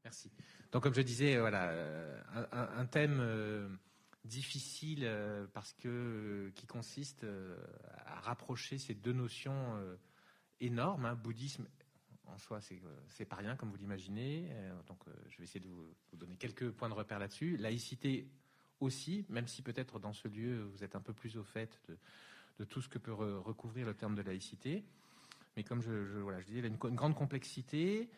Merci. Donc, comme je disais, voilà, un thème difficile parce que qui consiste à rapprocher ces deux notions énormes. Bouddhisme en soi, c'est pas rien, comme vous l'imaginez. Donc, je vais essayer de vous donner quelques points de repère là-dessus. Laïcité aussi, même si peut-être dans ce lieu vous êtes un peu plus au fait de tout ce que peut recouvrir le terme de laïcité. Mais comme je disais, il y a une grande complexité,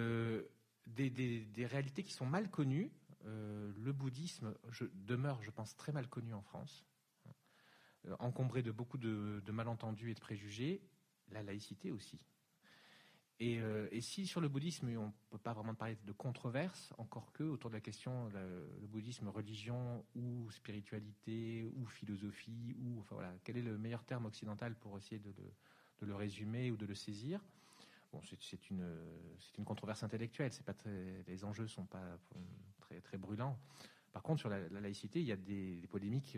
des réalités qui sont mal connues. Le bouddhisme demeure, je pense, très mal connu en France, encombré de beaucoup de malentendus et de préjugés. La laïcité aussi. Et si sur le bouddhisme, on ne peut pas vraiment parler de controverse, encore que autour de la question, le bouddhisme, religion ou spiritualité ou philosophie, ou enfin voilà, quel est le meilleur terme occidental pour essayer de le résumer ou de le saisir. Bon, c'est une controverse intellectuelle. C'est pas les enjeux sont pas très très brûlants. Par contre, sur la laïcité, il y a des polémiques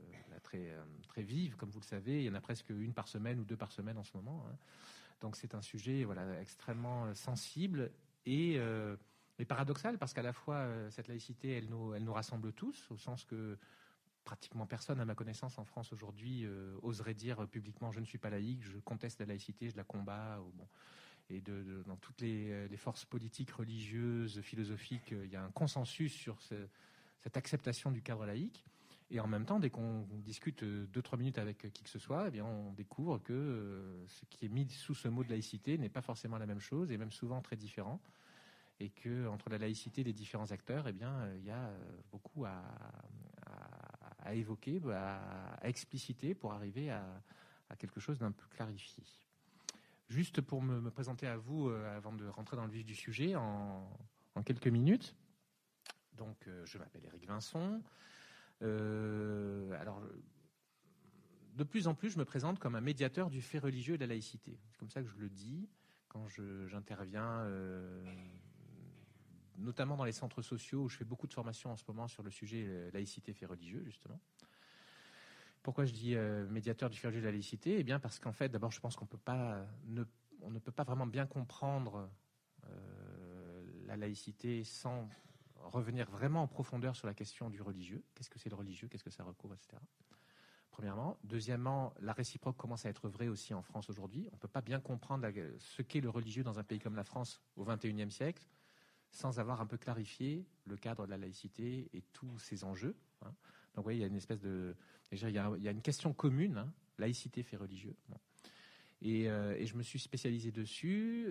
très vives, comme vous le savez. Il y en a presque une par semaine ou deux par semaine en ce moment. Donc c'est un sujet extrêmement sensible et paradoxal, parce qu'à la fois cette laïcité, elle nous rassemble tous, au sens que pratiquement personne, à ma connaissance, en France aujourd'hui, oserait dire publiquement je ne suis pas laïque, je conteste la laïcité, je la combats. Et dans toutes les forces politiques, religieuses, philosophiques, il y a un consensus sur cette acceptation du cadre laïque. Et en même temps, dès qu'on discute 2-3 minutes avec qui que ce soit, eh bien, on découvre que ce qui est mis sous ce mot de laïcité n'est pas forcément la même chose, et même souvent très différent. Et que entre la laïcité et les différents acteurs, eh bien, il y a beaucoup à évoquer, à expliciter pour arriver à quelque chose d'un peu clarifié. Juste pour me présenter à vous, avant de rentrer dans le vif du sujet, en quelques minutes. Donc, je m'appelle Éric Vincent. Alors, de plus en plus, je me présente comme un médiateur du fait religieux et de la laïcité. C'est comme ça que je le dis quand j'interviens, notamment dans les centres sociaux, où je fais beaucoup de formations en ce moment sur le sujet laïcité, fait religieux, justement. Pourquoi je dis médiateur du fait religieux et de la laïcité ? Eh bien, parce qu'en fait, d'abord, je pense qu'on ne peut pas vraiment bien comprendre la laïcité sans revenir vraiment en profondeur sur la question du religieux. Qu'est-ce que c'est le religieux ? Qu'est-ce que ça recouvre, etc. Premièrement. Deuxièmement, la réciproque commence à être vraie aussi en France aujourd'hui. On ne peut pas bien comprendre ce qu'est le religieux dans un pays comme la France au XXIe siècle sans avoir un peu clarifié le cadre de la laïcité et tous ses enjeux. Donc, vous voyez, il y a une espèce de... Déjà, il y a une question commune, laïcité fait religieux. Bon. Et je me suis spécialisé dessus,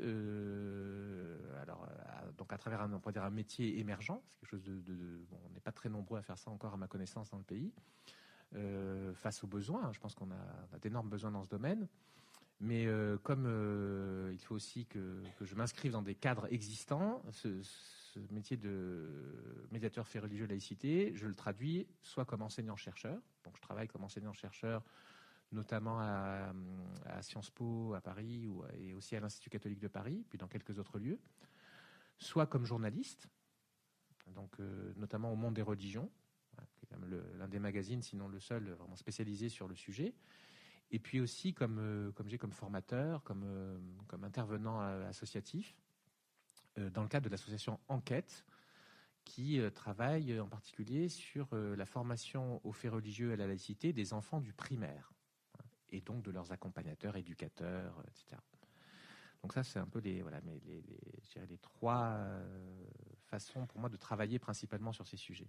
donc à travers on pourrait dire un métier émergent. C'est quelque chose on n'est pas très nombreux à faire ça encore à ma connaissance dans le pays, face aux besoins. Je pense qu'on a d'énormes besoins dans ce domaine. Mais comme il faut aussi que je m'inscrive dans des cadres existants, ce métier de médiateur fait religieux laïcité, je le traduis soit comme enseignant-chercheur. Donc je travaille comme enseignant-chercheur, notamment à Sciences Po à Paris et aussi à l'Institut catholique de Paris, puis dans quelques autres lieux, soit comme journaliste, donc notamment au Monde des religions, qui est quand même l'un des magazines, sinon le seul, vraiment spécialisé sur le sujet. Et puis aussi comme formateur, comme intervenant associatif, dans le cadre de l'association Enquête, qui travaille en particulier sur la formation aux faits religieux et à la laïcité des enfants du primaire, et donc de leurs accompagnateurs, éducateurs, etc. Donc ça, c'est un peu les trois façons pour moi de travailler principalement sur ces sujets.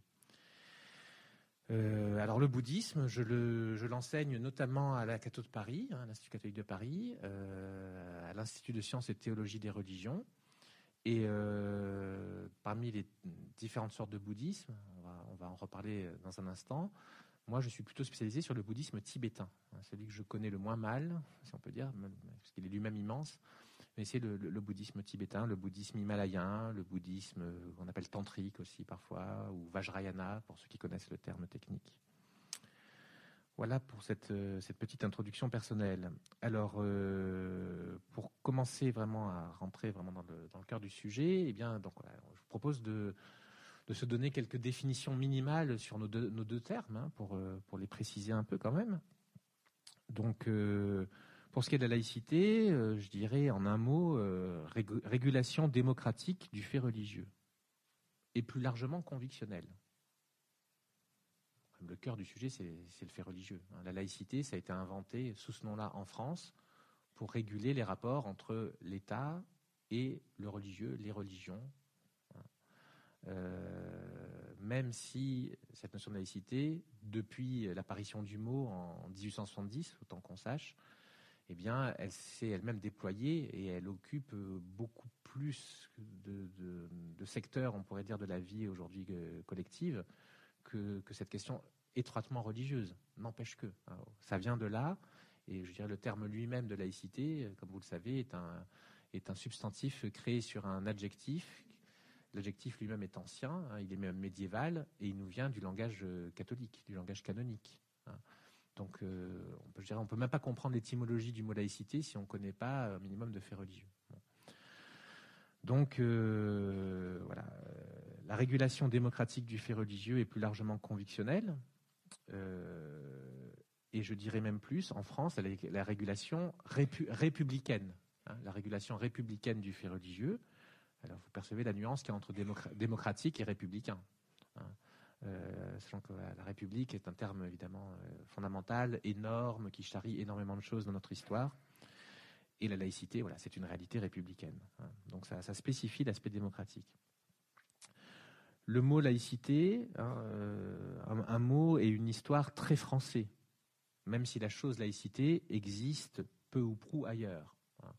Alors le bouddhisme, je l'enseigne notamment à la Catho de Paris, l'Institut catholique de Paris, à l'Institut de sciences et de théologie des religions. Et parmi les différentes sortes de bouddhisme, on va en reparler dans un instant, moi je suis plutôt spécialisé sur le bouddhisme tibétain, celui que je connais le moins mal, si on peut dire, parce qu'il est lui-même immense, mais c'est le bouddhisme tibétain, le bouddhisme himalayen, le bouddhisme qu'on appelle tantrique aussi parfois, ou vajrayana pour ceux qui connaissent le terme technique. Voilà pour cette petite introduction personnelle. Alors, pour commencer vraiment à rentrer vraiment dans le cœur du sujet, eh bien, donc, voilà, je vous propose de se donner quelques définitions minimales sur nos deux termes, pour les préciser un peu quand même. Donc, pour ce qui est de la laïcité, je dirais en un mot, régulation démocratique du fait religieux. et plus largement convictionnel. Le cœur du sujet, c'est le fait religieux. La laïcité, ça a été inventé sous ce nom-là en France pour réguler les rapports entre l'État et le religieux, les religions. Même si cette notion de laïcité, depuis l'apparition du mot en 1870, autant qu'on sache, eh bien, elle s'est elle-même déployée et elle occupe beaucoup plus de secteurs, on pourrait dire, de la vie aujourd'hui collective que cette question étroitement religieuse. N'empêche que. Ça vient de là, et je dirais le terme lui-même de laïcité, comme vous le savez, est un substantif créé sur un adjectif. L'adjectif lui-même est ancien, il est même médiéval, et il nous vient du langage catholique, du langage canonique. Donc, on ne peut même pas comprendre l'étymologie du mot laïcité si on ne connaît pas un minimum de faits religieux. Bon. Donc, voilà. La régulation démocratique du fait religieux est plus largement convictionnelle. Et je dirais même plus, en France, la régulation républicaine. La régulation républicaine du fait religieux. Alors, vous percevez la nuance qu'il y a entre démocratique et républicain. Sachant que la République est un terme évidemment fondamental, énorme, qui charrie énormément de choses dans notre histoire. Et la laïcité, voilà, c'est une réalité républicaine. Donc ça spécifie l'aspect démocratique. Le mot laïcité, un mot et une histoire très français, même si la chose laïcité existe peu ou prou ailleurs.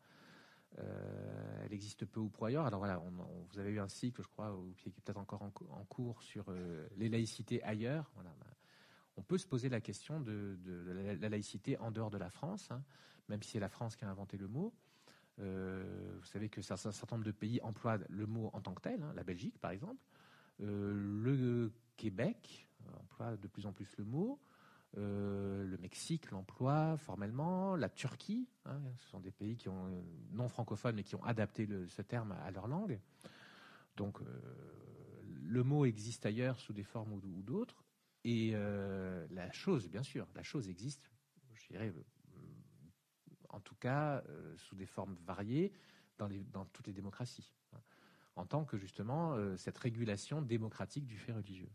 Elle existe peu ou prou ailleurs. Alors voilà, vous avez eu un cycle, je crois, qui est peut-être encore en cours sur les laïcités ailleurs. Voilà. On peut se poser la question de la laïcité en dehors de la France, même si c'est la France qui a inventé le mot. Vous savez que un certain nombre de pays emploient le mot en tant que tel, la Belgique par exemple. Le Québec emploie de plus en plus le mot. Le Mexique l'emploie formellement, la Turquie, ce sont des pays qui ont non francophones mais qui ont adapté ce terme à leur langue. Donc le mot existe ailleurs sous des formes ou d'autres, et la chose, bien sûr, la chose existe, je dirais, en tout cas sous des formes variées dans toutes les démocraties, en tant que justement cette régulation démocratique du fait religieux.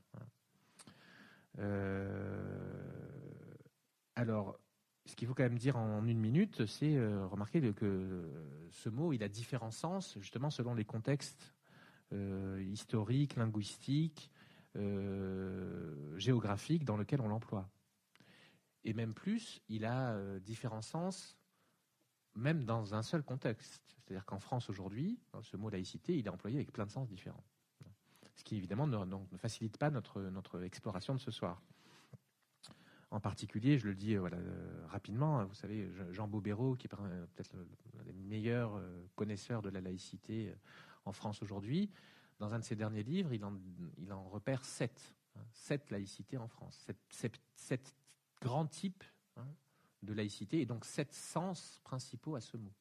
Alors, ce qu'il faut quand même dire en une minute, c'est remarquer que ce mot, il a différents sens, justement, selon les contextes historiques, linguistiques, géographiques dans lesquels on l'emploie. Et même plus, il a différents sens, même dans un seul contexte. C'est-à-dire qu'en France, aujourd'hui, ce mot laïcité, il est employé avec plein de sens différents. Ce qui, évidemment, ne facilite pas notre exploration de ce soir. En particulier, je le dis rapidement, vous savez, Jean Bobéro, qui est peut-être l'un des meilleurs connaisseurs de la laïcité en France aujourd'hui, dans un de ses derniers livres, il en repère 7 laïcités en France, 7 grands types de laïcité, et donc 7 sens principaux à ce mot.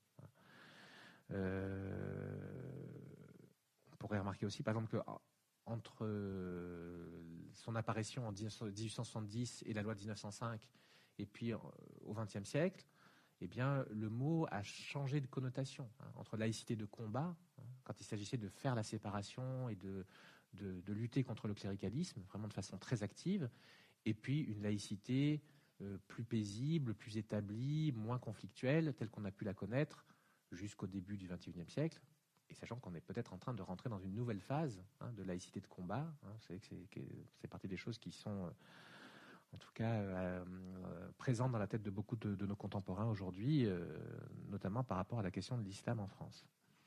On pourrait remarquer aussi, par exemple, que entre son apparition en 1870 et la loi de 1905, et puis au XXe siècle, eh bien, le mot a changé de connotation. Entre laïcité de combat, quand il s'agissait de faire la séparation et de lutter contre le cléricalisme, vraiment de façon très active, et puis une laïcité plus paisible, plus établie, moins conflictuelle, telle qu'on a pu la connaître jusqu'au début du XXIe siècle. Et sachant qu'on est peut-être en train de rentrer dans une nouvelle phase de laïcité de combat. Vous savez que c'est partie des choses qui sont, en tout cas, présentes dans la tête de beaucoup de nos contemporains aujourd'hui, notamment par rapport à la question de l'islam en France.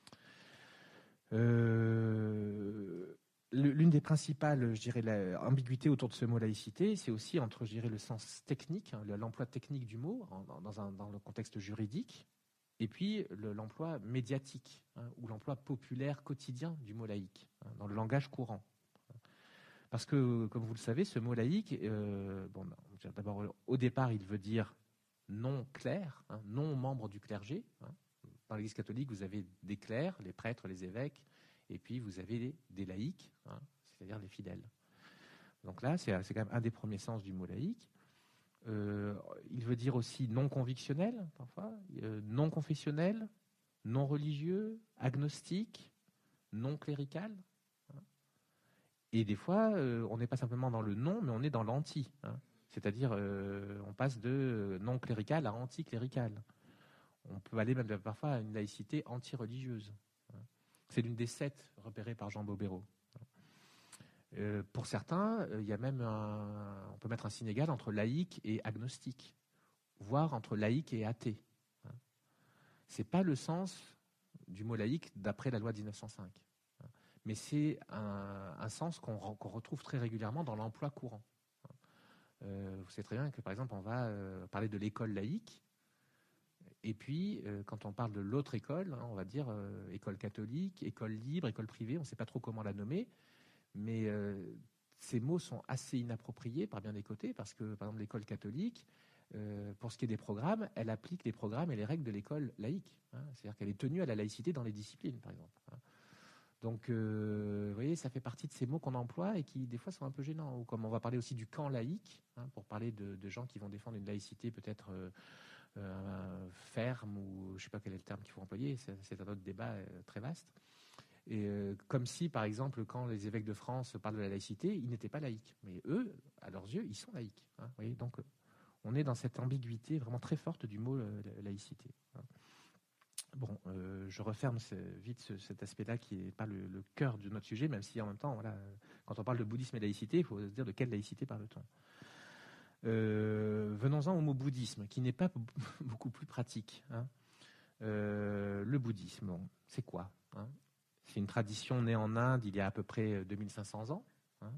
L'une des principales, je dirais, ambiguïtés autour de ce mot laïcité, c'est aussi entre, je dirais, le sens technique, l'emploi technique du mot dans le contexte juridique, et puis l'emploi médiatique, ou l'emploi populaire quotidien du mot laïque, dans le langage courant. Parce que, comme vous le savez, ce mot laïque, d'abord, au départ, il veut dire non clerc, non membre du clergé. Dans l'Église catholique, vous avez des clercs, les prêtres, les évêques, et puis vous avez des laïcs, c'est-à-dire les fidèles. Donc là, c'est quand même un des premiers sens du mot laïque. Il veut dire aussi non convictionnel, parfois, non confessionnel, non religieux, agnostique, non clérical. Et des fois, on n'est pas simplement dans le non, mais on est dans l'anti. Hein. C'est-à-dire, on passe de non clérical à anti-clérical. On peut aller même parfois à une laïcité anti-religieuse. Hein. C'est l'une des 7 repérées par Jean Bobéro. Pour certains, il y a même on peut mettre un signe égal entre laïque et agnostique, voire entre laïque et athée. Hein. C'est pas le sens du mot laïque d'après la loi de 1905. Hein. Mais c'est un sens qu'on retrouve très régulièrement dans l'emploi courant. Vous savez très bien que, par exemple, on va parler de l'école laïque, et puis, quand on parle de l'autre école, hein, on va dire école catholique, école libre, école privée, on ne sait pas trop comment la nommer, mais ces mots sont assez inappropriés par bien des côtés, parce que, par exemple, l'école catholique, pour ce qui est des programmes, elle applique les programmes et les règles de l'école laïque. Hein, c'est-à-dire qu'elle est tenue à la laïcité dans les disciplines, par exemple. Hein. Donc, vous voyez, ça fait partie de ces mots qu'on emploie et qui, des fois, sont un peu gênants. Ou comme on va parler aussi du camp laïque, hein, pour parler de gens qui vont défendre une laïcité peut-être ferme, ou je ne sais pas quel est le terme qu'il faut employer, c'est un autre débat très vaste. Et comme si, par exemple, quand les évêques de France parlent de la laïcité, ils n'étaient pas laïcs. Mais eux, à leurs yeux, ils sont laïcs. Hein, vous voyez, donc, on est dans cette ambiguïté vraiment très forte du mot laïcité. Hein. Bon, je referme vite cet aspect-là qui n'est pas le cœur de notre sujet, même si en même temps, voilà, quand on parle de bouddhisme et laïcité, il faut se dire de quelle laïcité parle-t-on. Venons-en au mot bouddhisme, qui n'est pas beaucoup plus pratique. Hein. Le bouddhisme, bon, c'est quoi, hein? C'est une tradition née en Inde il y a à peu près 2500 ans, hein,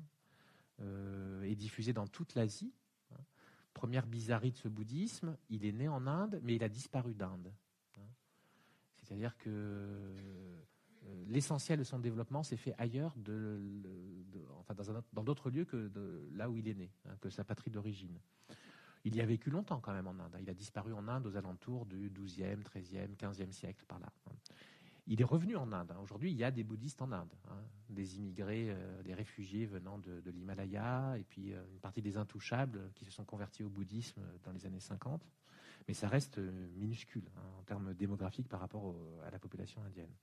et diffusée dans toute l'Asie. Hein. Première bizarrerie de ce bouddhisme, il est né en Inde, mais il a disparu d'Inde. Hein. C'est-à-dire que l'essentiel de son développement s'est fait ailleurs, enfin dans d'autres lieux que là où il est né, hein, que sa patrie d'origine. Il y a vécu longtemps quand même en Inde. Il a disparu en Inde aux alentours du XIIe, XIIIe, XVe siècle, par là. Il est revenu en Inde. Aujourd'hui, il y a des bouddhistes en Inde, hein, des immigrés, des réfugiés venant de l'Himalaya, et puis une partie des intouchables qui se sont convertis au bouddhisme dans les années 50. Mais ça reste minuscule, hein, en termes démographiques par rapport à la population indienne.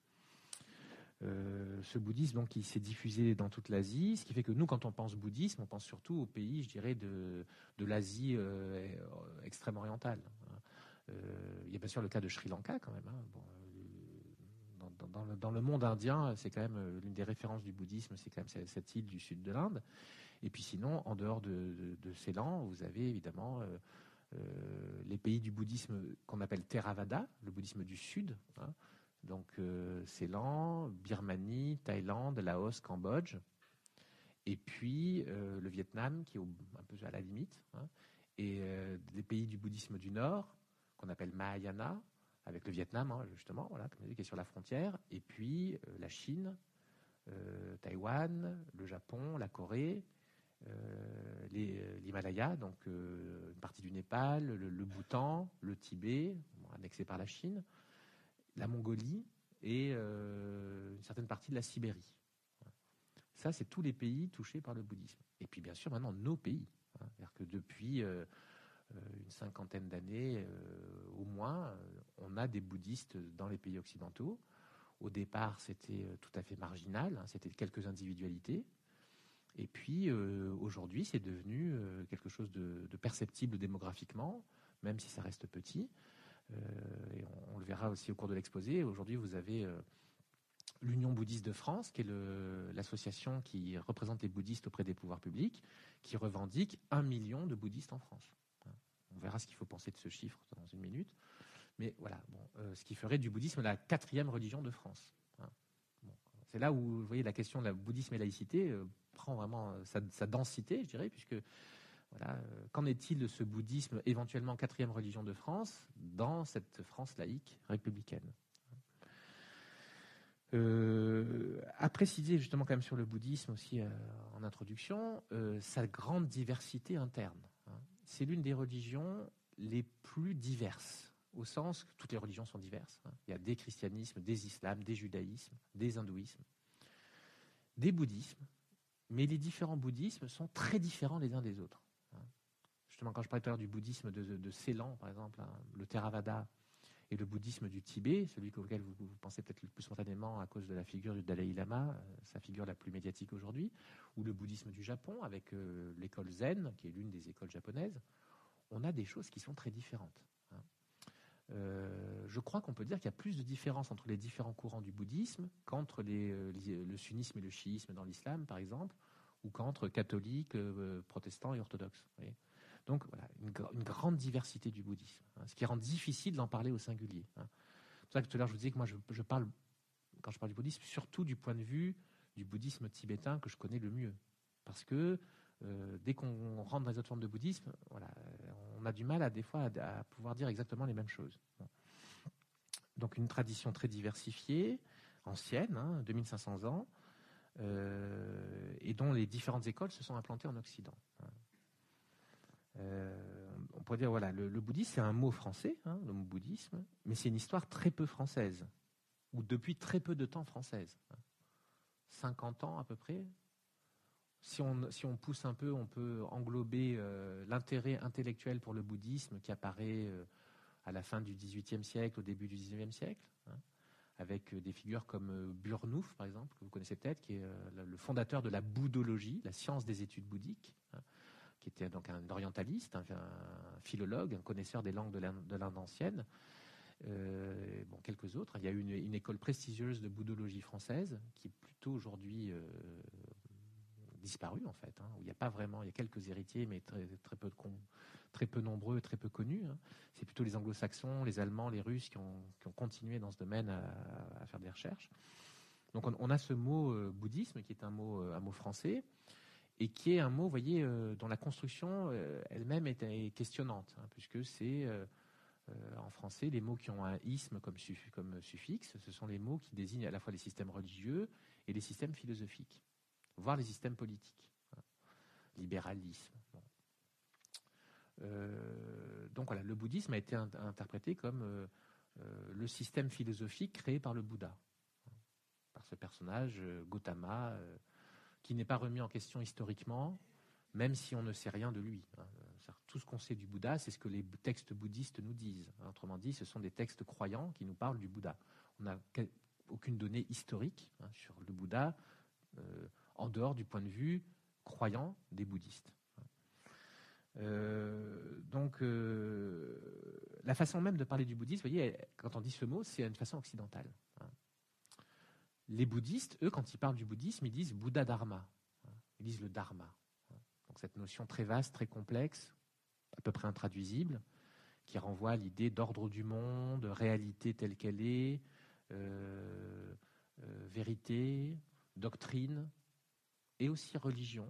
Ce bouddhisme, donc, il s'est diffusé dans toute l'Asie, ce qui fait que nous, quand on pense bouddhisme, on pense surtout aux pays, je dirais, de l'Asie extrême orientale. Il y a bien sûr le cas de Sri Lanka, quand même. Hein. Bon, dans le monde indien, c'est quand même l'une des références du bouddhisme, c'est quand même cette île du sud de l'Inde. Et puis sinon, en dehors de Ceylan, vous avez évidemment les pays du bouddhisme qu'on appelle Theravada, le bouddhisme du sud. Hein. Donc Ceylan, Birmanie, Thaïlande, Laos, Cambodge, et puis le Vietnam qui est un peu à la limite, hein, et des pays du bouddhisme du nord qu'on appelle Mahayana, avec le Vietnam, hein, justement, voilà, qui est sur la frontière, et puis la Chine, Taïwan, le Japon, la Corée, l'Himalaya, donc une partie du Népal, le Bhoutan, le Tibet, annexé par la Chine, la Mongolie et une certaine partie de la Sibérie. Ça, c'est tous les pays touchés par le bouddhisme. Et puis, bien sûr, maintenant, nos pays. Hein, c'est-à-dire que depuis une cinquantaine d'années, au moins, on a des bouddhistes dans les pays occidentaux. Au départ, c'était tout à fait marginal, hein, c'était quelques individualités. Et puis, aujourd'hui, c'est devenu quelque chose de perceptible démographiquement, même si ça reste petit. Et on le verra aussi au cours de l'exposé. Aujourd'hui, vous avez l'Union bouddhiste de France, qui est l'association qui représente les bouddhistes auprès des pouvoirs publics, qui revendique 1 million de bouddhistes en France. On verra ce qu'il faut penser de ce chiffre dans une minute. Mais voilà, bon, ce qui ferait du bouddhisme la 4e religion de France. Bon, c'est là où, vous voyez, la question de la bouddhisme et laïcité prend vraiment sa densité, je dirais, puisque voilà, qu'en est-il de ce bouddhisme éventuellement 4e religion de France dans cette France laïque républicaine? À préciser justement quand même sur le bouddhisme aussi en introduction, sa grande diversité interne. Hein. C'est l'une des religions les plus diverses, au sens que toutes les religions sont diverses. Hein. Il y a des christianismes, des islams, des judaïsmes, des hindouismes, des bouddhismes, mais les différents bouddhismes sont très différents les uns des autres. Hein. Justement, quand je parlais tout à l'heure du bouddhisme de Ceylan, par exemple, hein, le Theravada, et le bouddhisme du Tibet, celui auquel vous pensez peut-être le plus spontanément à cause de la figure du Dalai Lama, sa figure la plus médiatique aujourd'hui, ou le bouddhisme du Japon avec l'école Zen, qui est l'une des écoles japonaises, on a des choses qui sont très différentes. Je crois qu'on peut dire qu'il y a plus de différences entre les différents courants du bouddhisme qu'entre le sunnisme et le chiisme dans l'islam, par exemple, ou qu'entre catholiques, protestants et orthodoxes. Vous voyez. Donc voilà, une grande diversité du bouddhisme, ce qui rend difficile d'en parler au singulier. C'est pour ça que tout à l'heure je vous disais que moi je parle, quand je parle du bouddhisme, surtout du point de vue du bouddhisme tibétain que je connais le mieux. Parce que dès qu'on rentre dans les autres formes de bouddhisme, voilà, on a du mal des fois à pouvoir dire exactement les mêmes choses. Bon. Donc une tradition très diversifiée, ancienne, 2500 ans, et dont les différentes écoles se sont implantées en Occident. On pourrait dire, voilà, le bouddhisme, c'est un mot français, le mot bouddhisme, mais c'est une histoire très peu française, ou depuis très peu de temps française. 50 ans à peu près. Si on pousse un peu, on peut englober l'intérêt intellectuel pour le bouddhisme qui apparaît à la fin du XVIIIe siècle, au début du XIXe siècle, avec des figures comme Burnouf, par exemple, que vous connaissez peut-être, qui est le fondateur de la bouddhologie, la science des études bouddhiques, qui était donc un orientaliste, un philologue, un connaisseur des langues de l'Inde ancienne. Quelques autres. Il y a eu une école prestigieuse de bouddhologie française qui est plutôt aujourd'hui disparu en fait, où il n'y a pas vraiment, il y a quelques héritiers, mais très peu nombreux, très peu connus. C'est plutôt les anglo-saxons, les allemands, les russes qui ont continué dans ce domaine à faire des recherches. Donc on a ce mot bouddhisme qui est un mot français et qui est un mot, vous voyez, dont la construction elle-même est questionnante, puisque c'est en français, les mots qui ont un isme comme suffixe, ce sont les mots qui désignent à la fois les systèmes religieux et les systèmes philosophiques, voire les systèmes politiques. Libéralisme. Bon. Donc voilà, le bouddhisme a été interprété comme le système philosophique créé par le Bouddha, par ce personnage Gautama, qui n'est pas remis en question historiquement, même si on ne sait rien de lui. Tout ce qu'on sait du Bouddha, c'est ce que les textes bouddhistes nous disent. Autrement dit, ce sont des textes croyants qui nous parlent du Bouddha. On n'a aucune donnée historique sur le Bouddha, en dehors du point de vue croyant des bouddhistes. La façon même de parler du bouddhisme, vous voyez, quand on dit ce mot, c'est une façon occidentale. Les bouddhistes, eux, quand ils parlent du bouddhisme, ils disent Bouddha Dharma. Ils disent le Dharma. Donc cette notion très vaste, très complexe, à peu près intraduisible, qui renvoie à l'idée d'ordre du monde, réalité telle qu'elle est, vérité, doctrine, et aussi religion,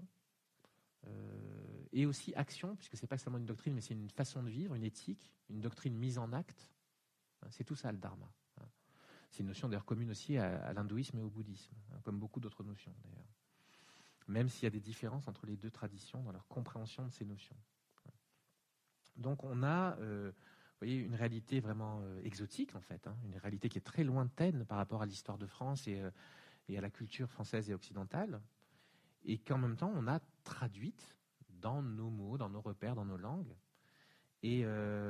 et aussi action, puisque ce n'est pas seulement une doctrine, mais c'est une façon de vivre, une éthique, une doctrine mise en acte. C'est tout ça le dharma. C'est une notion d'ailleurs commune aussi à l'hindouisme et au bouddhisme, comme beaucoup d'autres notions d'ailleurs. Même s'il y a des différences entre les deux traditions dans leur compréhension de ces notions. Donc on a vous voyez, une réalité vraiment exotique en fait, une réalité qui est très lointaine par rapport à l'histoire de France et à la culture française et occidentale, et qu'en même temps on a traduite dans nos mots, dans nos repères, dans nos langues. Et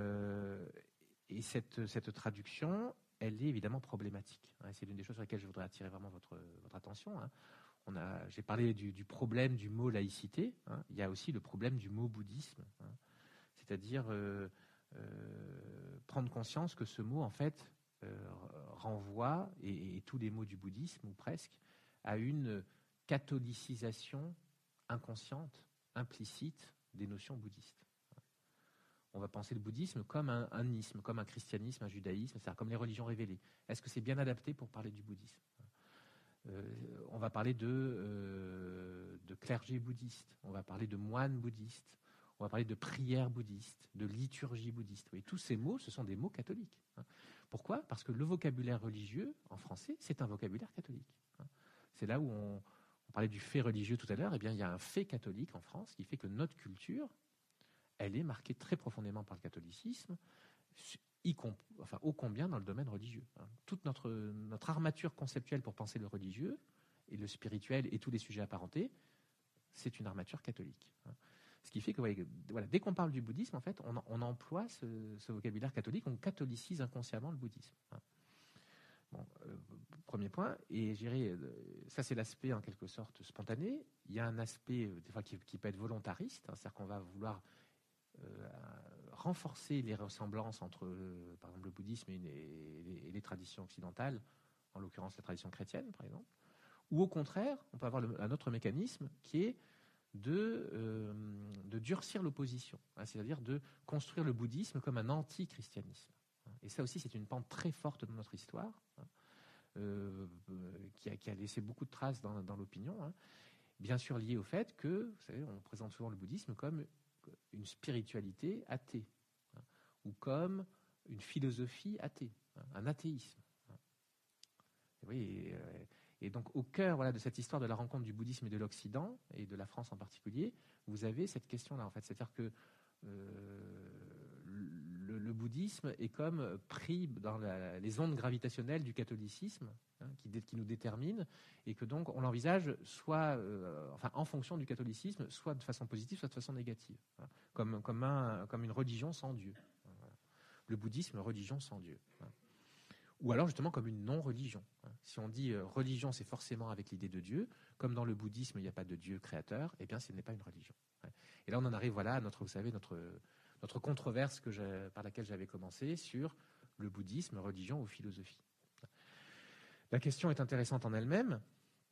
cette traduction, elle est évidemment problématique. C'est l'une des choses sur lesquelles je voudrais attirer vraiment votre attention. J'ai parlé du problème du mot laïcité. Il y a aussi le problème du mot bouddhisme. C'est-à-dire prendre conscience que ce mot, en fait, renvoie, et tous les mots du bouddhisme, ou presque, à une catholicisation inconsciente, implicite des notions bouddhistes. On va penser le bouddhisme comme un isme, comme un christianisme, un judaïsme, c'est-à-dire comme les religions révélées. Est-ce que c'est bien adapté pour parler du bouddhisme ? On va parler de clergé bouddhiste, on va parler de moines bouddhistes, on va parler de prière bouddhiste, de liturgie bouddhiste. Oui, tous ces mots, ce sont des mots catholiques. Pourquoi ? Parce que le vocabulaire religieux, en français, c'est un vocabulaire catholique. C'est là où on parlait du fait religieux tout à l'heure. Eh bien, il y a un fait catholique en France qui fait que notre culture, elle est marquée très profondément par le catholicisme, ô combien dans le domaine religieux. Toute notre armature conceptuelle pour penser le religieux et le spirituel et tous les sujets apparentés, c'est une armature catholique. Ce qui fait que voilà, dès qu'on parle du bouddhisme, en fait, on emploie ce vocabulaire catholique, on catholicise inconsciemment le bouddhisme. Bon, premier point, et je dirais, ça c'est l'aspect en quelque sorte spontané. Il y a un aspect des fois qui peut être volontariste, c'est-à-dire qu'on va vouloir renforcer les ressemblances entre, par exemple, le bouddhisme et les traditions occidentales, en l'occurrence la tradition chrétienne, par exemple. Ou au contraire, on peut avoir un autre mécanisme qui est de durcir l'opposition, c'est-à-dire de construire le bouddhisme comme un anti-christianisme. Et ça aussi, c'est une pente très forte de notre histoire, qui a laissé beaucoup de traces dans l'opinion, bien sûr liée au fait que, vous savez, on présente souvent le bouddhisme comme une spiritualité athée, ou comme une philosophie athée, un athéisme. Et donc au cœur de cette histoire de la rencontre du bouddhisme et de l'Occident, et de la France en particulier, vous avez cette question-là, en fait. C'est-à-dire que le bouddhisme est comme pris dans les ondes gravitationnelles du catholicisme, qui nous déterminent, et que donc on l'envisage soit en fonction du catholicisme, soit de façon positive, soit de façon négative, comme une religion sans Dieu. Le bouddhisme, religion sans Dieu. Ou alors justement comme une non-religion. Si on dit religion, c'est forcément avec l'idée de Dieu, comme dans le bouddhisme, il n'y a pas de Dieu créateur, eh bien ce n'est pas une religion. Et là on en arrive à notre controverse par laquelle j'avais commencé sur le bouddhisme, religion ou philosophie. La question est intéressante en elle-même,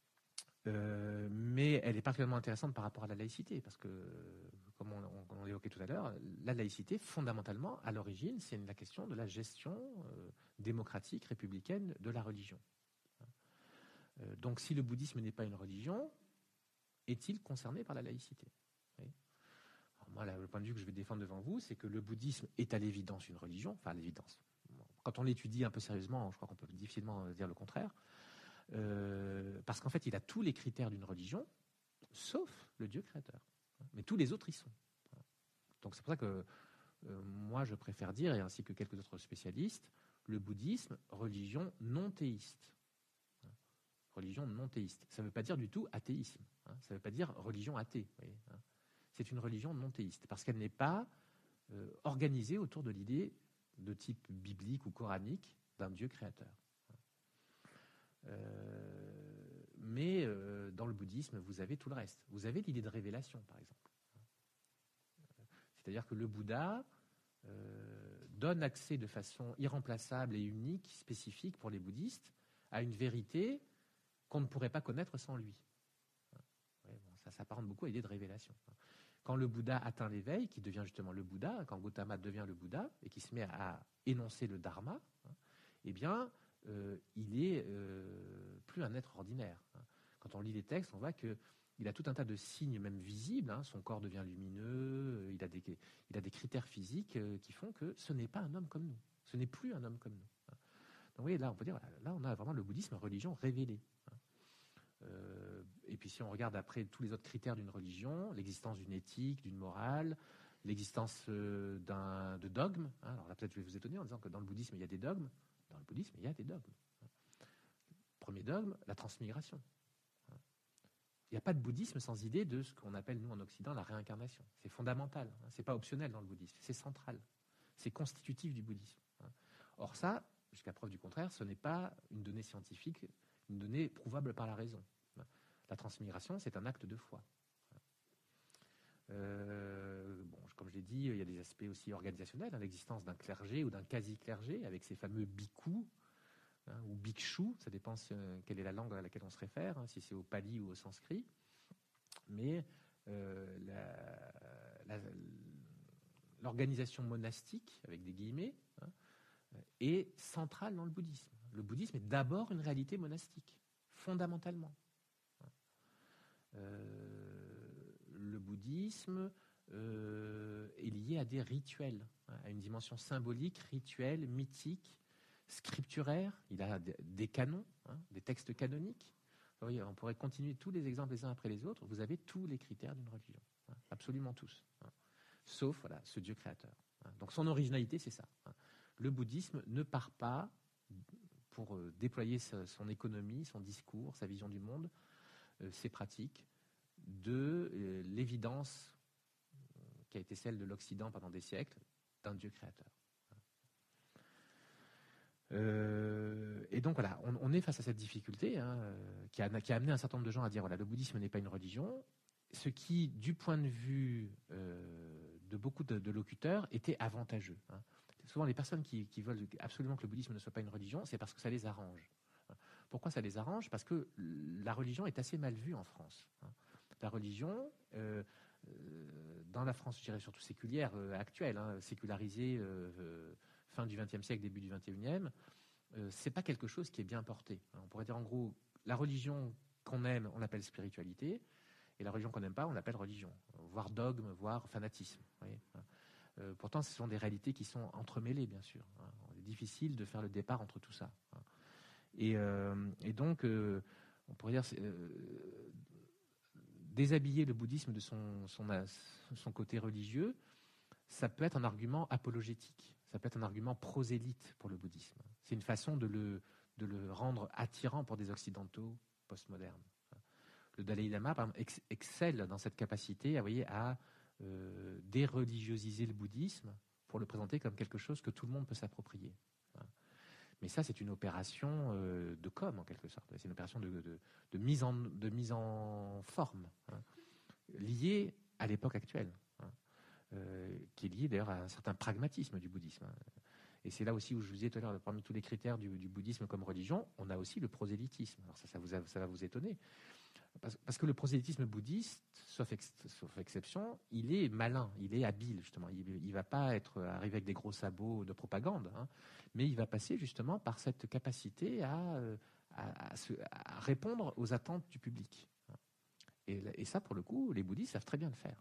mais elle est particulièrement intéressante par rapport à la laïcité, parce que, comme on l'évoquait tout à l'heure, la laïcité, fondamentalement, à l'origine, c'est la question de la gestion démocratique, républicaine de la religion. Donc si le bouddhisme n'est pas une religion, est-il concerné par la laïcité ? Alors moi, le point de vue que je vais défendre devant vous, c'est que le bouddhisme est à l'évidence une religion, enfin à l'évidence. Quand on l'étudie un peu sérieusement, je crois qu'on peut difficilement dire le contraire, parce qu'en fait, il a tous les critères d'une religion, sauf le Dieu créateur. Mais tous les autres y sont. Donc c'est pour ça que moi, je préfère dire, et ainsi que quelques autres spécialistes, le bouddhisme, religion non théiste. Religion non théiste. Ça ne veut pas dire du tout athéisme. Ça ne veut pas dire religion athée. C'est une religion non théiste, parce qu'elle n'est pas organisée autour de l'idée de type biblique ou coranique d'un Dieu créateur. Mais dans le bouddhisme, vous avez tout le reste. Vous avez l'idée de révélation, par exemple. C'est-à-dire que le Bouddha donne accès de façon irremplaçable et unique, spécifique pour les bouddhistes, à une vérité qu'on ne pourrait pas connaître sans lui. Ça s'apparente beaucoup à l'idée de révélation. Quand le Bouddha atteint l'éveil, qui devient justement le Bouddha, quand Gautama devient le Bouddha, et qui se met à énoncer le Dharma, eh bien, il est plus un être ordinaire. Quand on lit les textes, on voit qu'il a tout un tas de signes, même visibles. Son corps devient lumineux, il a des critères physiques qui font que ce n'est pas un homme comme nous. Ce n'est plus un homme comme nous. Donc, vous voyez, là, on peut dire, là, on a vraiment le bouddhisme, religion révélée. Et puis, si on regarde après tous les autres critères d'une religion, l'existence d'une éthique, d'une morale, l'existence de dogmes. Alors là, peut-être je vais vous étonner en disant que dans le bouddhisme, il y a des dogmes. Dans le bouddhisme, il y a des dogmes. Premier dogme, la transmigration. Il n'y a pas de bouddhisme sans idée de ce qu'on appelle, nous, en Occident, la réincarnation. C'est fondamental. Ce n'est pas optionnel dans le bouddhisme. C'est central. C'est constitutif du bouddhisme. Or ça, jusqu'à preuve du contraire, ce n'est pas une donnée scientifique, une donnée prouvable par la raison. La transmigration, c'est un acte de foi. Comme je l'ai dit, il y a des aspects aussi organisationnels, l'existence d'un clergé ou d'un quasi-clergé, avec ces fameux bhikkhus, ou bhikshu, ça dépend quelle est la langue à laquelle on se réfère, si c'est au pali ou au sanskrit. Mais l'organisation monastique, avec des guillemets, est centrale dans le bouddhisme. Le bouddhisme est d'abord une réalité monastique, fondamentalement. Le bouddhisme est lié à des rituels, à une dimension symbolique, rituelle, mythique, scripturaire. Il a des canons, des textes canoniques. Vous voyez, on pourrait continuer tous les exemples les uns après les autres. Vous avez tous les critères d'une religion, absolument tous, sauf ce Dieu créateur. Donc son originalité, c'est ça. Le bouddhisme ne part pas pour déployer son économie, son discours, sa vision du monde, ses pratiques, de l'évidence qui a été celle de l'Occident pendant des siècles, d'un Dieu créateur. Et donc voilà, on est face à cette difficulté qui a amené un certain nombre de gens à dire voilà, le bouddhisme n'est pas une religion, ce qui, du point de vue de beaucoup de locuteurs, était avantageux. Souvent, les personnes qui veulent absolument que le bouddhisme ne soit pas une religion, c'est parce que ça les arrange. Pourquoi ça les arrange? Parce que la religion est assez mal vue en France. La religion, dans la France, je dirais surtout séculière, actuelle, sécularisée, fin du XXe siècle, début du XXIe, c'est pas quelque chose qui est bien porté. On pourrait dire en gros, la religion qu'on aime, on l'appelle spiritualité, et la religion qu'on n'aime pas, on l'appelle religion, voire dogme, voire fanatisme. Pourtant, ce sont des réalités qui sont entremêlées, bien sûr. Il est difficile de faire le départ entre tout ça. Et donc, on pourrait dire, déshabiller le bouddhisme de son côté religieux, ça peut être un argument apologétique, ça peut être un argument prosélyte pour le bouddhisme. C'est une façon de le rendre attirant pour des occidentaux postmodernes. Le Dalai Lama, par exemple, excelle dans cette capacité à déreligiosiser le bouddhisme pour le présenter comme quelque chose que tout le monde peut s'approprier. Mais ça, c'est une opération de com, en quelque sorte. C'est une opération de mise en forme, liée à l'époque actuelle, qui est liée d'ailleurs à un certain pragmatisme du bouddhisme. Et c'est là aussi où je vous disais tout à l'heure, parmi tous les critères du bouddhisme comme religion, on a aussi le prosélytisme. Alors ça va vous étonner. Parce que le prosélytisme bouddhiste, sauf exception, il est malin, il est habile, justement. Il ne va pas arriver avec des gros sabots de propagande, mais il va passer justement par cette capacité à répondre aux attentes du public. Et ça, pour le coup, les bouddhistes savent très bien le faire.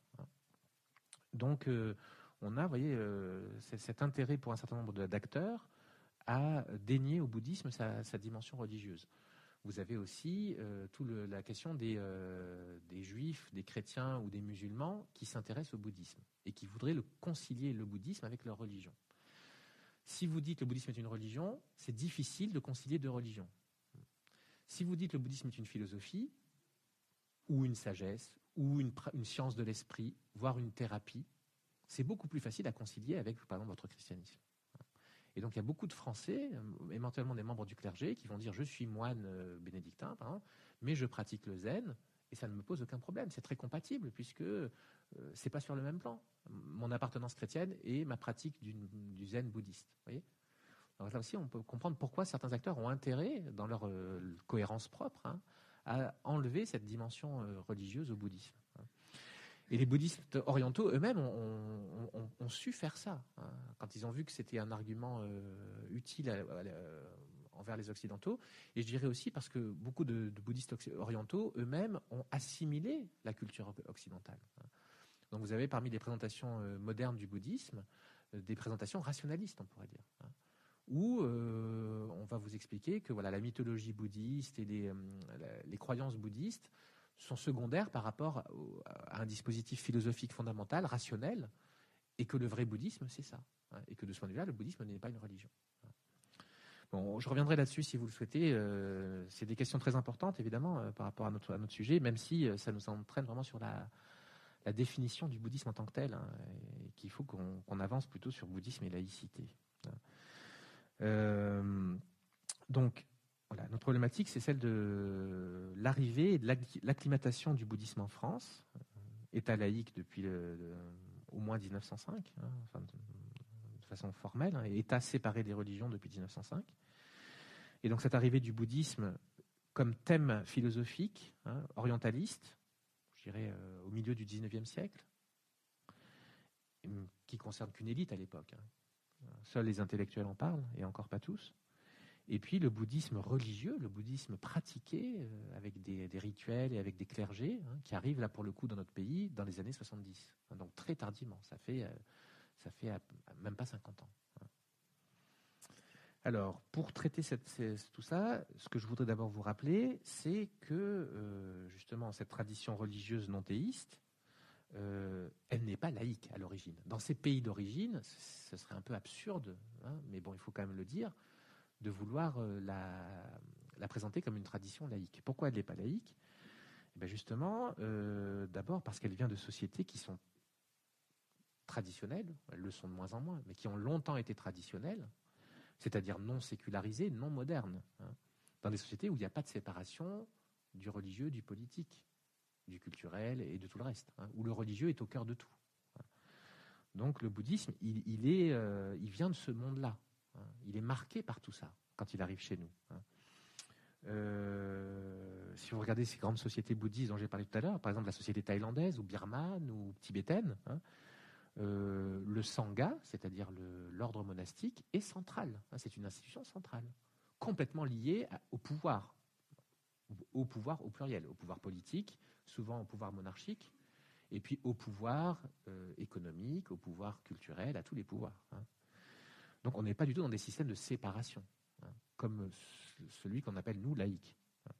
Donc, on a, vous voyez, cet intérêt pour un certain nombre d'acteurs à dénier au bouddhisme sa dimension religieuse. Vous avez aussi la question des juifs, des chrétiens ou des musulmans qui s'intéressent au bouddhisme et qui voudraient concilier le bouddhisme avec leur religion. Si vous dites que le bouddhisme est une religion, c'est difficile de concilier deux religions. Si vous dites que le bouddhisme est une philosophie ou une sagesse ou une science de l'esprit, voire une thérapie, c'est beaucoup plus facile à concilier avec, par exemple, votre christianisme. Et donc, il y a beaucoup de Français, éventuellement des membres du clergé, qui vont dire « je suis moine bénédictin, par exemple, mais je pratique le zen, et ça ne me pose aucun problème. C'est très compatible, puisque c'est pas sur le même plan. Mon appartenance chrétienne et ma pratique du zen bouddhiste. » Vous voyez ? Alors là aussi, on peut comprendre pourquoi certains acteurs ont intérêt, dans leur cohérence propre, à enlever cette dimension religieuse au bouddhisme. Et les bouddhistes orientaux eux-mêmes ont su faire ça. Quand ils ont vu que c'était un argument utile envers les Occidentaux. Et je dirais aussi parce que beaucoup de bouddhistes orientaux eux-mêmes ont assimilé la culture occidentale. Donc vous avez parmi les présentations modernes du bouddhisme, des présentations rationalistes, on pourrait dire. Où on va vous expliquer que voilà, la mythologie bouddhiste et les croyances bouddhistes sont secondaires par rapport à un dispositif philosophique fondamental, rationnel, et que le vrai bouddhisme, c'est ça. Et que de ce point de vue-là, le bouddhisme n'est pas une religion. Bon, je reviendrai là-dessus si vous le souhaitez. C'est des questions très importantes, évidemment, par rapport à notre sujet, même si ça nous entraîne vraiment sur la définition du bouddhisme en tant que tel, et qu'il faut qu'on avance plutôt sur bouddhisme et laïcité. Donc, voilà, notre problématique, c'est celle de l'arrivée et de l'acclimatation du bouddhisme en France, État laïque depuis au moins 1905, de façon formelle, et État séparé des religions depuis 1905. Et donc cette arrivée du bouddhisme comme thème philosophique, orientaliste, je dirais au milieu du 19e siècle, qui concerne qu'une élite à l'époque. Seuls les intellectuels en parlent, et encore pas tous. Et puis le bouddhisme religieux, le bouddhisme pratiqué avec des rituels et avec des clergés qui arrivent là pour le coup dans notre pays dans les années 70. Donc très tardivement, ça fait même pas 50 ans. Alors pour traiter tout ça, ce que je voudrais d'abord vous rappeler, c'est que justement cette tradition religieuse non théiste, elle n'est pas laïque à l'origine. Dans ces pays d'origine, ce serait un peu absurde, mais bon, il faut quand même le dire, de vouloir la présenter comme une tradition laïque. Pourquoi elle n'est pas laïque ? Et bien justement, d'abord parce qu'elle vient de sociétés qui sont traditionnelles, elles le sont de moins en moins, mais qui ont longtemps été traditionnelles, c'est-à-dire non sécularisées, non modernes, hein, dans des sociétés où il n'y a pas de séparation du religieux, du politique, du culturel et de tout le reste, hein, où le religieux est au cœur de tout. Hein. Donc le bouddhisme, il vient de ce monde-là. Hein. Il est marqué par tout ça quand il arrive chez nous. Hein. Si vous regardez ces grandes sociétés bouddhistes dont j'ai parlé tout à l'heure, par exemple la société thaïlandaise ou birmane ou tibétaine, hein, le sangha, c'est-à-dire l'ordre monastique, est central. Hein, c'est une institution centrale, complètement liée au pouvoir au pluriel, au pouvoir politique, souvent au pouvoir monarchique, et puis au pouvoir économique, au pouvoir culturel, à tous les pouvoirs. Hein. Donc on n'est pas du tout dans des systèmes de séparation, hein, comme celui qu'on appelle, nous, laïque.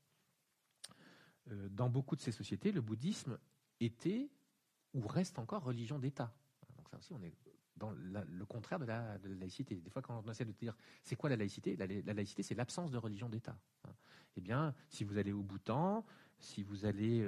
Dans beaucoup de ces sociétés, le bouddhisme était ou reste encore religion d'État. Donc ça aussi, on est dans le contraire de la laïcité. Des fois, quand on essaie de dire c'est quoi la laïcité, la laïcité, c'est l'absence de religion d'État. Hein. Eh bien, si vous allez au Bhoutan, si vous allez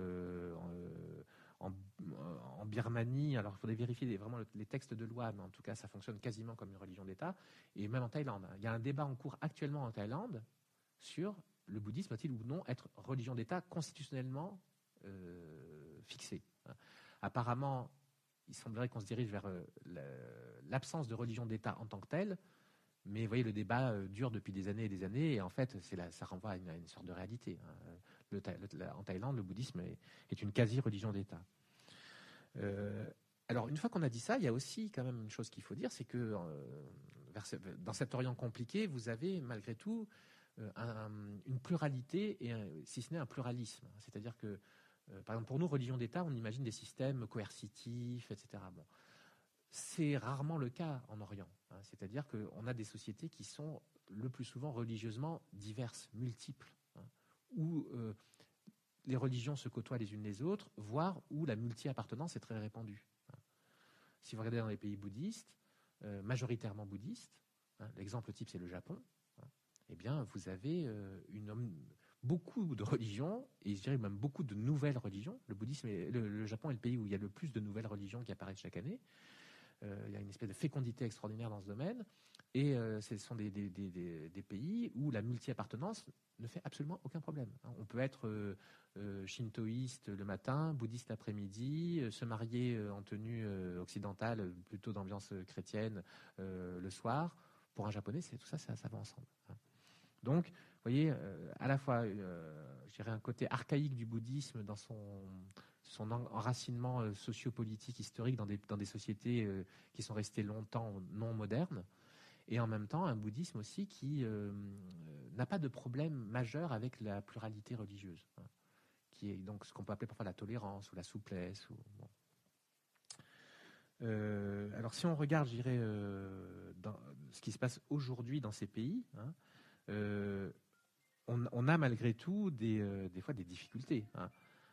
en Birmanie, alors il faudrait vérifier vraiment les textes de loi, mais en tout cas, ça fonctionne quasiment comme une religion d'État. Et même en Thaïlande, il y a un débat en cours actuellement en Thaïlande sur le bouddhisme va-t-il ou non être religion d'État constitutionnellement fixée. Apparemment, il semblerait qu'on se dirige vers l'absence de religion d'État en tant que telle, mais vous voyez, le débat dure depuis des années et des années, et en fait, ça renvoie à une sorte de réalité. Hein. En Thaïlande, le bouddhisme est une quasi-religion d'État. Alors, une fois qu'on a dit ça, il y a aussi quand même une chose qu'il faut dire, c'est que dans cet Orient compliqué, vous avez malgré tout une pluralité, et si ce n'est un pluralisme. C'est-à-dire que, par exemple, pour nous, religion d'État, on imagine des systèmes coercitifs, etc. Bon. C'est rarement le cas en Orient. Hein. C'est-à-dire qu'on a des sociétés qui sont le plus souvent religieusement diverses, multiples, hein, où les religions se côtoient les unes les autres, voire où la multi-appartenance est très répandue. Hein. Si vous regardez dans les pays bouddhistes, majoritairement bouddhistes, hein, l'exemple type c'est le Japon, hein, eh bien vous avez beaucoup de religions, et je dirais même beaucoup de nouvelles religions. Le bouddhisme, le Japon est le pays où il y a le plus de nouvelles religions qui apparaissent chaque année. Il y a une espèce de fécondité extraordinaire dans ce domaine, et ce sont des pays où la multi-appartenance ne fait absolument aucun problème. On peut être shintoïste le matin, bouddhiste l'après-midi, se marier en tenue occidentale, plutôt d'ambiance chrétienne, le soir. Pour un japonais, tout ça, ça va ensemble. Donc, vous voyez, à la fois, je dirais un côté archaïque du bouddhisme dans son enracinement sociopolitique, historique dans des sociétés qui sont restées longtemps non modernes, et en même temps un bouddhisme aussi qui n'a pas de problème majeur avec la pluralité religieuse, hein, qui est donc ce qu'on peut appeler parfois la tolérance ou la souplesse. Bon. Alors si on regarde, je dirais, dans ce qui se passe aujourd'hui dans ces pays, hein, on a malgré tout des fois des difficultés. Hein.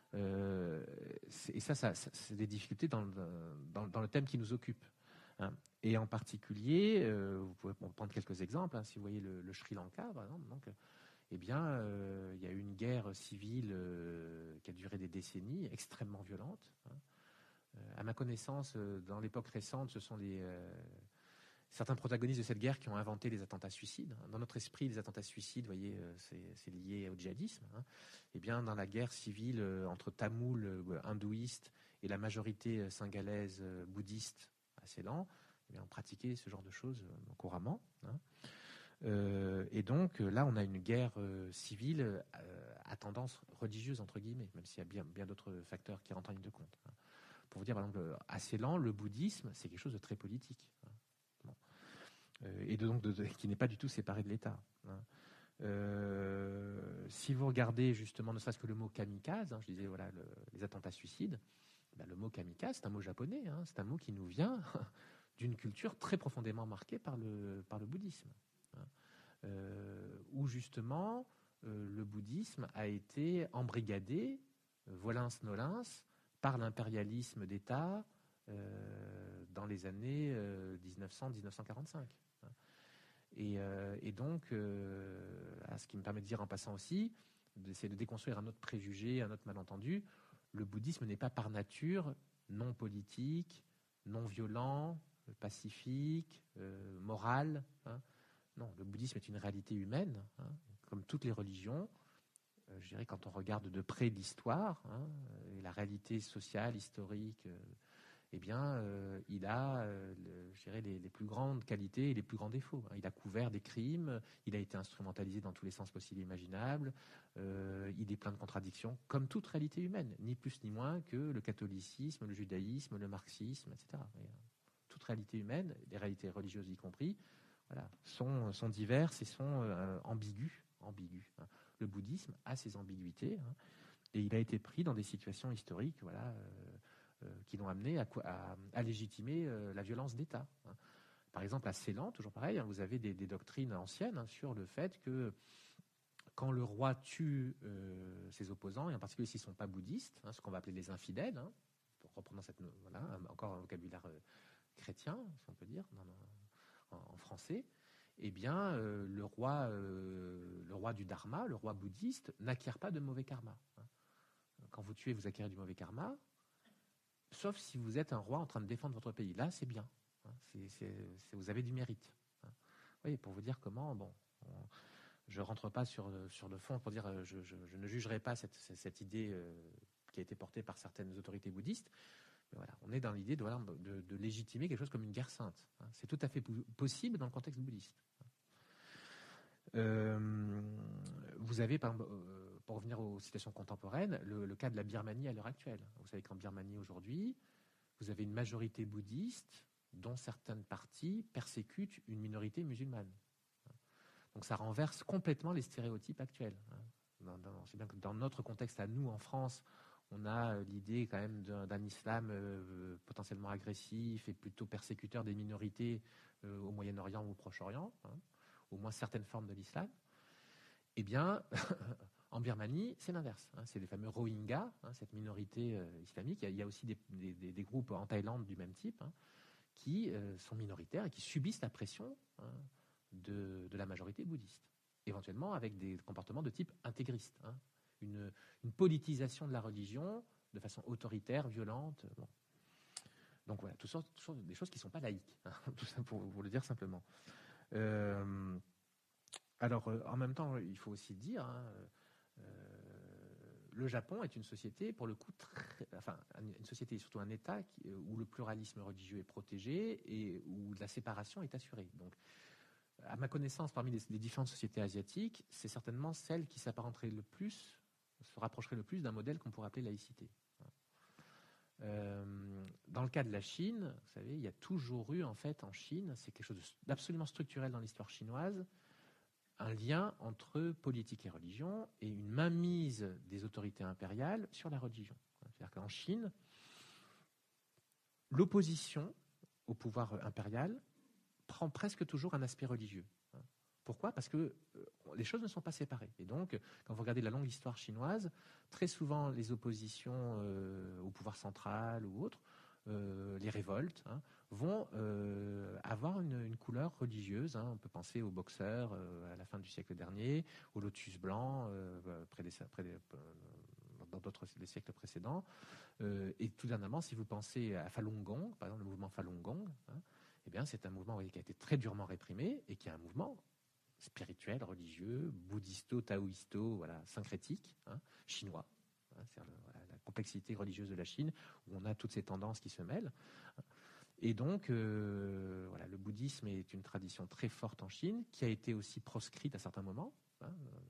Et ça, c'est des difficultés dans le thème qui nous occupe. Hein. Et en particulier, vous pouvez prendre quelques exemples. Hein, si vous voyez le Sri Lanka, par exemple, donc, eh bien, il y a eu une guerre civile qui a duré des décennies, extrêmement violente. Hein. À ma connaissance, dans l'époque récente, ce sont certains protagonistes de cette guerre qui ont inventé les attentats suicides. Dans notre esprit, les attentats suicides, vous voyez, c'est lié au djihadisme. Hein. Eh bien, dans la guerre civile entre Tamouls hindouistes et la majorité singalaise bouddhiste à Ceylan, eh bien, on pratiquait ce genre de choses couramment. Hein. Et donc, là, on a une guerre civile à tendance religieuse, entre guillemets, même s'il y a bien d'autres facteurs qui rentrent en ligne de compte. Hein. Pour vous dire, par exemple, à Ceylan, le bouddhisme, c'est quelque chose de très politique. Hein. Et donc qui n'est pas du tout séparé de l'État. Hein. Si vous regardez justement, ne serait-ce que le mot kamikaze, hein, je disais voilà les attentats suicides, ben, le mot kamikaze, c'est un mot japonais, hein, c'est un mot qui nous vient d'une culture très profondément marquée par le bouddhisme, hein, où justement le bouddhisme a été embrigadé, volens nolens, par l'impérialisme d'État dans les années 1900-1945. Et donc, ce qui me permet de dire en passant aussi, d'essayer de déconstruire un autre préjugé, un autre malentendu, le bouddhisme n'est pas par nature non politique, non violent, pacifique, moral. Hein. Non, le bouddhisme est une réalité humaine, hein, comme toutes les religions. Je dirais quand on regarde de près l'histoire, hein, et la réalité sociale, historique, eh bien, il a, je dirais, les plus grandes qualités et les plus grands défauts. Hein. Il a couvert des crimes, il a été instrumentalisé dans tous les sens possibles et imaginables, il est plein de contradictions, comme toute réalité humaine, ni plus ni moins que le catholicisme, le judaïsme, le marxisme, etc. Et, toute réalité humaine, les réalités religieuses y compris, voilà, sont diverses et sont ambiguës. Hein. Le bouddhisme a ses ambiguïtés, hein, et il a été pris dans des situations historiques, voilà, qui l'ont amené à légitimer la violence d'État. Hein. Par exemple, à Ceylan, toujours pareil, hein, vous avez des doctrines anciennes, hein, sur le fait que quand le roi tue ses opposants, et en particulier s'ils ne sont pas bouddhistes, hein, ce qu'on va appeler les infidèles, hein, pour reprendre voilà, encore un vocabulaire chrétien, si on peut dire, en français, eh bien, le roi du Dharma, le roi bouddhiste, n'acquiert pas de mauvais karma. Hein. Quand vous tuez, vous acquérez du mauvais karma, sauf si vous êtes un roi en train de défendre votre pays. Là, c'est bien. Hein. Vous avez du mérite. Hein. Oui, pour vous dire comment, bon, je ne rentre pas sur le fond pour dire je ne jugerai pas cette idée qui a été portée par certaines autorités bouddhistes. Mais voilà, on est dans l'idée de légitimer quelque chose comme une guerre sainte. Hein. C'est tout à fait possible dans le contexte bouddhiste. Vous avez, pour revenir aux situations contemporaines, le cas de la Birmanie à l'heure actuelle. Vous savez qu'en Birmanie aujourd'hui, vous avez une majorité bouddhiste dont certaines parties persécutent une minorité musulmane. Donc ça renverse complètement les stéréotypes actuels. C'est bien que dans notre contexte à nous, en France, on a l'idée quand même d'un islam potentiellement agressif et plutôt persécuteur des minorités au Moyen-Orient ou au Proche-Orient, hein, au moins certaines formes de l'islam. Eh bien, en Birmanie, c'est l'inverse. Hein, c'est les fameux Rohingyas, hein, cette minorité islamique. Il y a aussi des groupes en Thaïlande du même type, hein, qui sont minoritaires et qui subissent la pression, hein, de la majorité bouddhiste, éventuellement avec des comportements de type intégriste, hein, une politisation de la religion de façon autoritaire, violente. Bon. Donc voilà, toutes sortes des choses qui ne sont pas laïques, hein, tout ça pour le dire simplement. Alors, en même temps, il faut aussi dire, hein, le Japon est une société, pour le coup, une société, surtout un État où le pluralisme religieux est protégé et où la séparation est assurée. Donc, à ma connaissance, parmi les différentes sociétés asiatiques, c'est certainement celle qui s'apparenterait le plus, se rapprocherait le plus d'un modèle qu'on pourrait appeler laïcité. Dans le cas de la Chine, vous savez, il y a toujours eu, en fait, en Chine, c'est quelque chose d'absolument structurel dans l'histoire chinoise, un lien entre politique et religion et une mainmise des autorités impériales sur la religion. C'est-à-dire qu'en Chine, l'opposition au pouvoir impérial prend presque toujours un aspect religieux. Pourquoi ? Parce que les choses ne sont pas séparées. Et donc, quand vous regardez la longue histoire chinoise, très souvent les oppositions au pouvoir central ou autres, les révoltes, hein, vont avoir une couleur religieuse. Hein. On peut penser aux boxeurs à la fin du siècle dernier, au lotus blanc dans d'autres des siècles précédents. Et tout dernièrement, si vous pensez à Falun Gong, par exemple le mouvement Falun Gong, hein, eh bien, c'est un mouvement qui a été très durement réprimé et qui est un mouvement spirituel, religieux, bouddhisto, taoïsto, voilà, syncrétique, hein, chinois. Hein, c'est-à-dire la complexité religieuse de la Chine, où on a toutes ces tendances qui se mêlent. Et donc, voilà, le bouddhisme est une tradition très forte en Chine, qui a été aussi proscrite à certains moments, hein,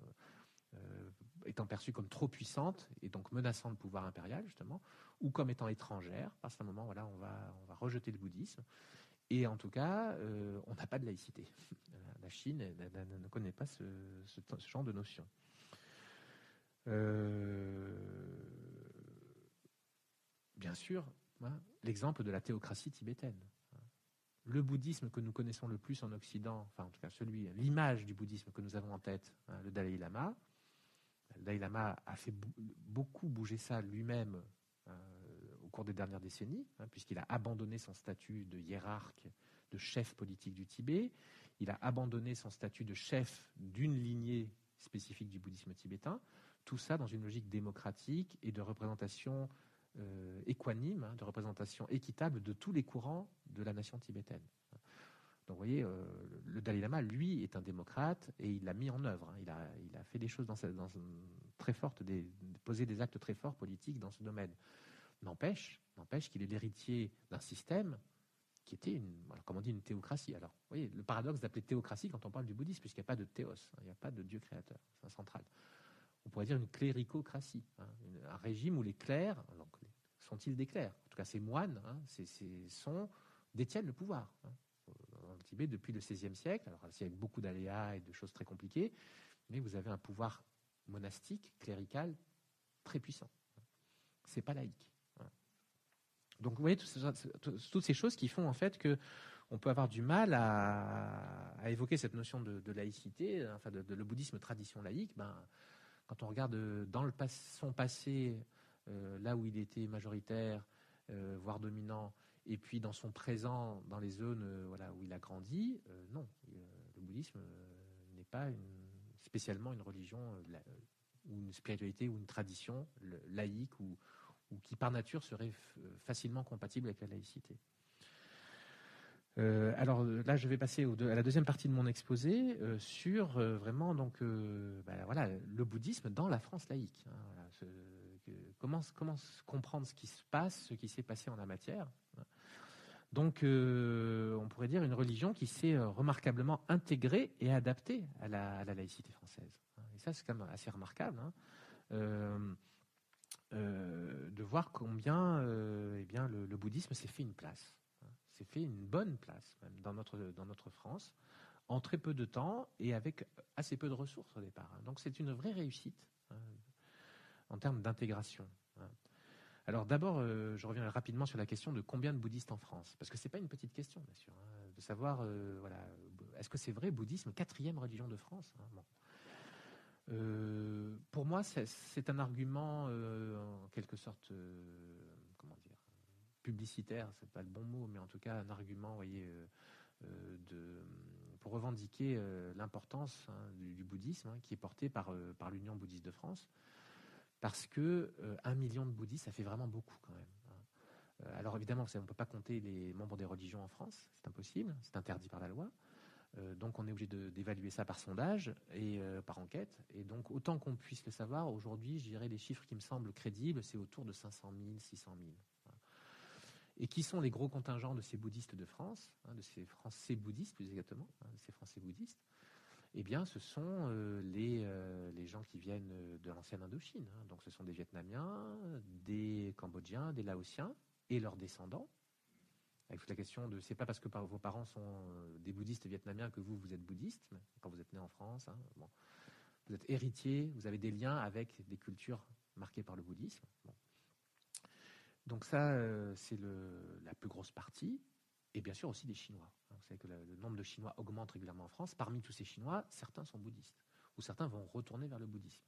étant perçue comme trop puissante et donc menaçant le pouvoir impérial, justement, ou comme étant étrangère. À ce moment, voilà, on va rejeter le bouddhisme. Et en tout cas, on n'a pas de laïcité. La Chine ne connaît pas ce genre de notion. Bien sûr, hein, l'exemple de la théocratie tibétaine. Le bouddhisme que nous connaissons le plus en Occident, enfin en tout cas l'image du bouddhisme que nous avons en tête, hein, le Dalai Lama. Le Dalai Lama a fait beaucoup bouger ça lui-même au cours des dernières décennies, hein, puisqu'il a abandonné son statut de hiérarque, de chef politique du Tibet. Il a abandonné son statut de chef d'une lignée spécifique du bouddhisme tibétain. Tout ça dans une logique démocratique et de représentation équanime, de représentation équitable de tous les courants de la nation tibétaine. Donc, vous voyez, le Dalai Lama, lui, est un démocrate et il l'a mis en œuvre. Il a fait des choses très fortes, posé des actes très forts politiques dans ce domaine. N'empêche qu'il est l'héritier d'un système qui était, comme on dit, une théocratie. Alors, vous voyez, le paradoxe d'appeler théocratie quand on parle du bouddhisme, puisqu'il n'y a pas de théos, il n'y a pas de Dieu créateur, c'est un central. On pourrait dire une cléricocratie, un régime où les clercs, donc, sont-ils des clercs? En tout cas, ces moines détiennent le pouvoir. Dans le Tibet, depuis le XVIe siècle, alors il y a beaucoup d'aléas et de choses très compliquées, mais vous avez un pouvoir monastique, clérical, très puissant. C'est pas laïque. Donc, vous voyez, toutes ces choses qui font en fait que on peut avoir du mal à évoquer cette notion de laïcité, enfin le bouddhisme tradition laïque. Quand on regarde dans son passé, là où il était majoritaire, voire dominant, et puis dans son présent, dans les zones où il a grandi, non, le bouddhisme n'est pas spécialement une religion ou une spiritualité ou une tradition laïque ou qui par nature serait facilement compatible avec la laïcité. Alors là, je vais passer à la deuxième partie de mon exposé sur vraiment le bouddhisme dans la France laïque. Comment comprendre ce qui se passe, ce qui s'est passé en la matière. Donc, on pourrait dire une religion qui s'est remarquablement intégrée et adaptée à la laïcité française. Et ça, c'est quand même assez remarquable. De voir combien le bouddhisme s'est fait une place, s'est fait une bonne place même dans notre France, en très peu de temps et avec assez peu de ressources au départ. Donc c'est une vraie réussite en termes d'intégration. Alors d'abord, je reviens rapidement sur la question de combien de bouddhistes en France, parce que c'est pas une petite question, bien sûr, de savoir, est-ce que c'est vrai, bouddhisme, 4e religion de France, bon. Pour moi, c'est un argument en quelque sorte, publicitaire, c'est pas le bon mot, mais en tout cas un argument, vous voyez, pour revendiquer l'importance du bouddhisme qui est porté par l'Union bouddhiste de France, parce que 1 million de bouddhistes, ça fait vraiment beaucoup quand même. Alors évidemment, on ne peut pas compter les membres des religions en France, c'est impossible, c'est interdit par la loi. Donc on est obligé d'évaluer ça par sondage et par enquête. Et donc autant qu'on puisse le savoir, aujourd'hui, je dirais les chiffres qui me semblent crédibles, c'est autour de 500 000, 600 000. Voilà. Et qui sont les gros contingents de ces bouddhistes de France, de ces Français bouddhistes plus exactement, de ces Français bouddhistes? Eh bien, ce sont les gens qui viennent de l'ancienne Indochine. Donc ce sont des Vietnamiens, des Cambodgiens, des Laotiens et leurs descendants. Avec toute la question de, c'est pas parce que vos parents sont des bouddhistes vietnamiens que vous êtes bouddhiste, quand vous êtes né en France. Bon. Vous êtes héritier, vous avez des liens avec des cultures marquées par le bouddhisme. Bon. Donc ça, c'est la plus grosse partie. Et bien sûr aussi des Chinois. Vous savez que le nombre de Chinois augmente régulièrement en France. Parmi tous ces Chinois, certains sont bouddhistes, ou certains vont retourner vers le bouddhisme.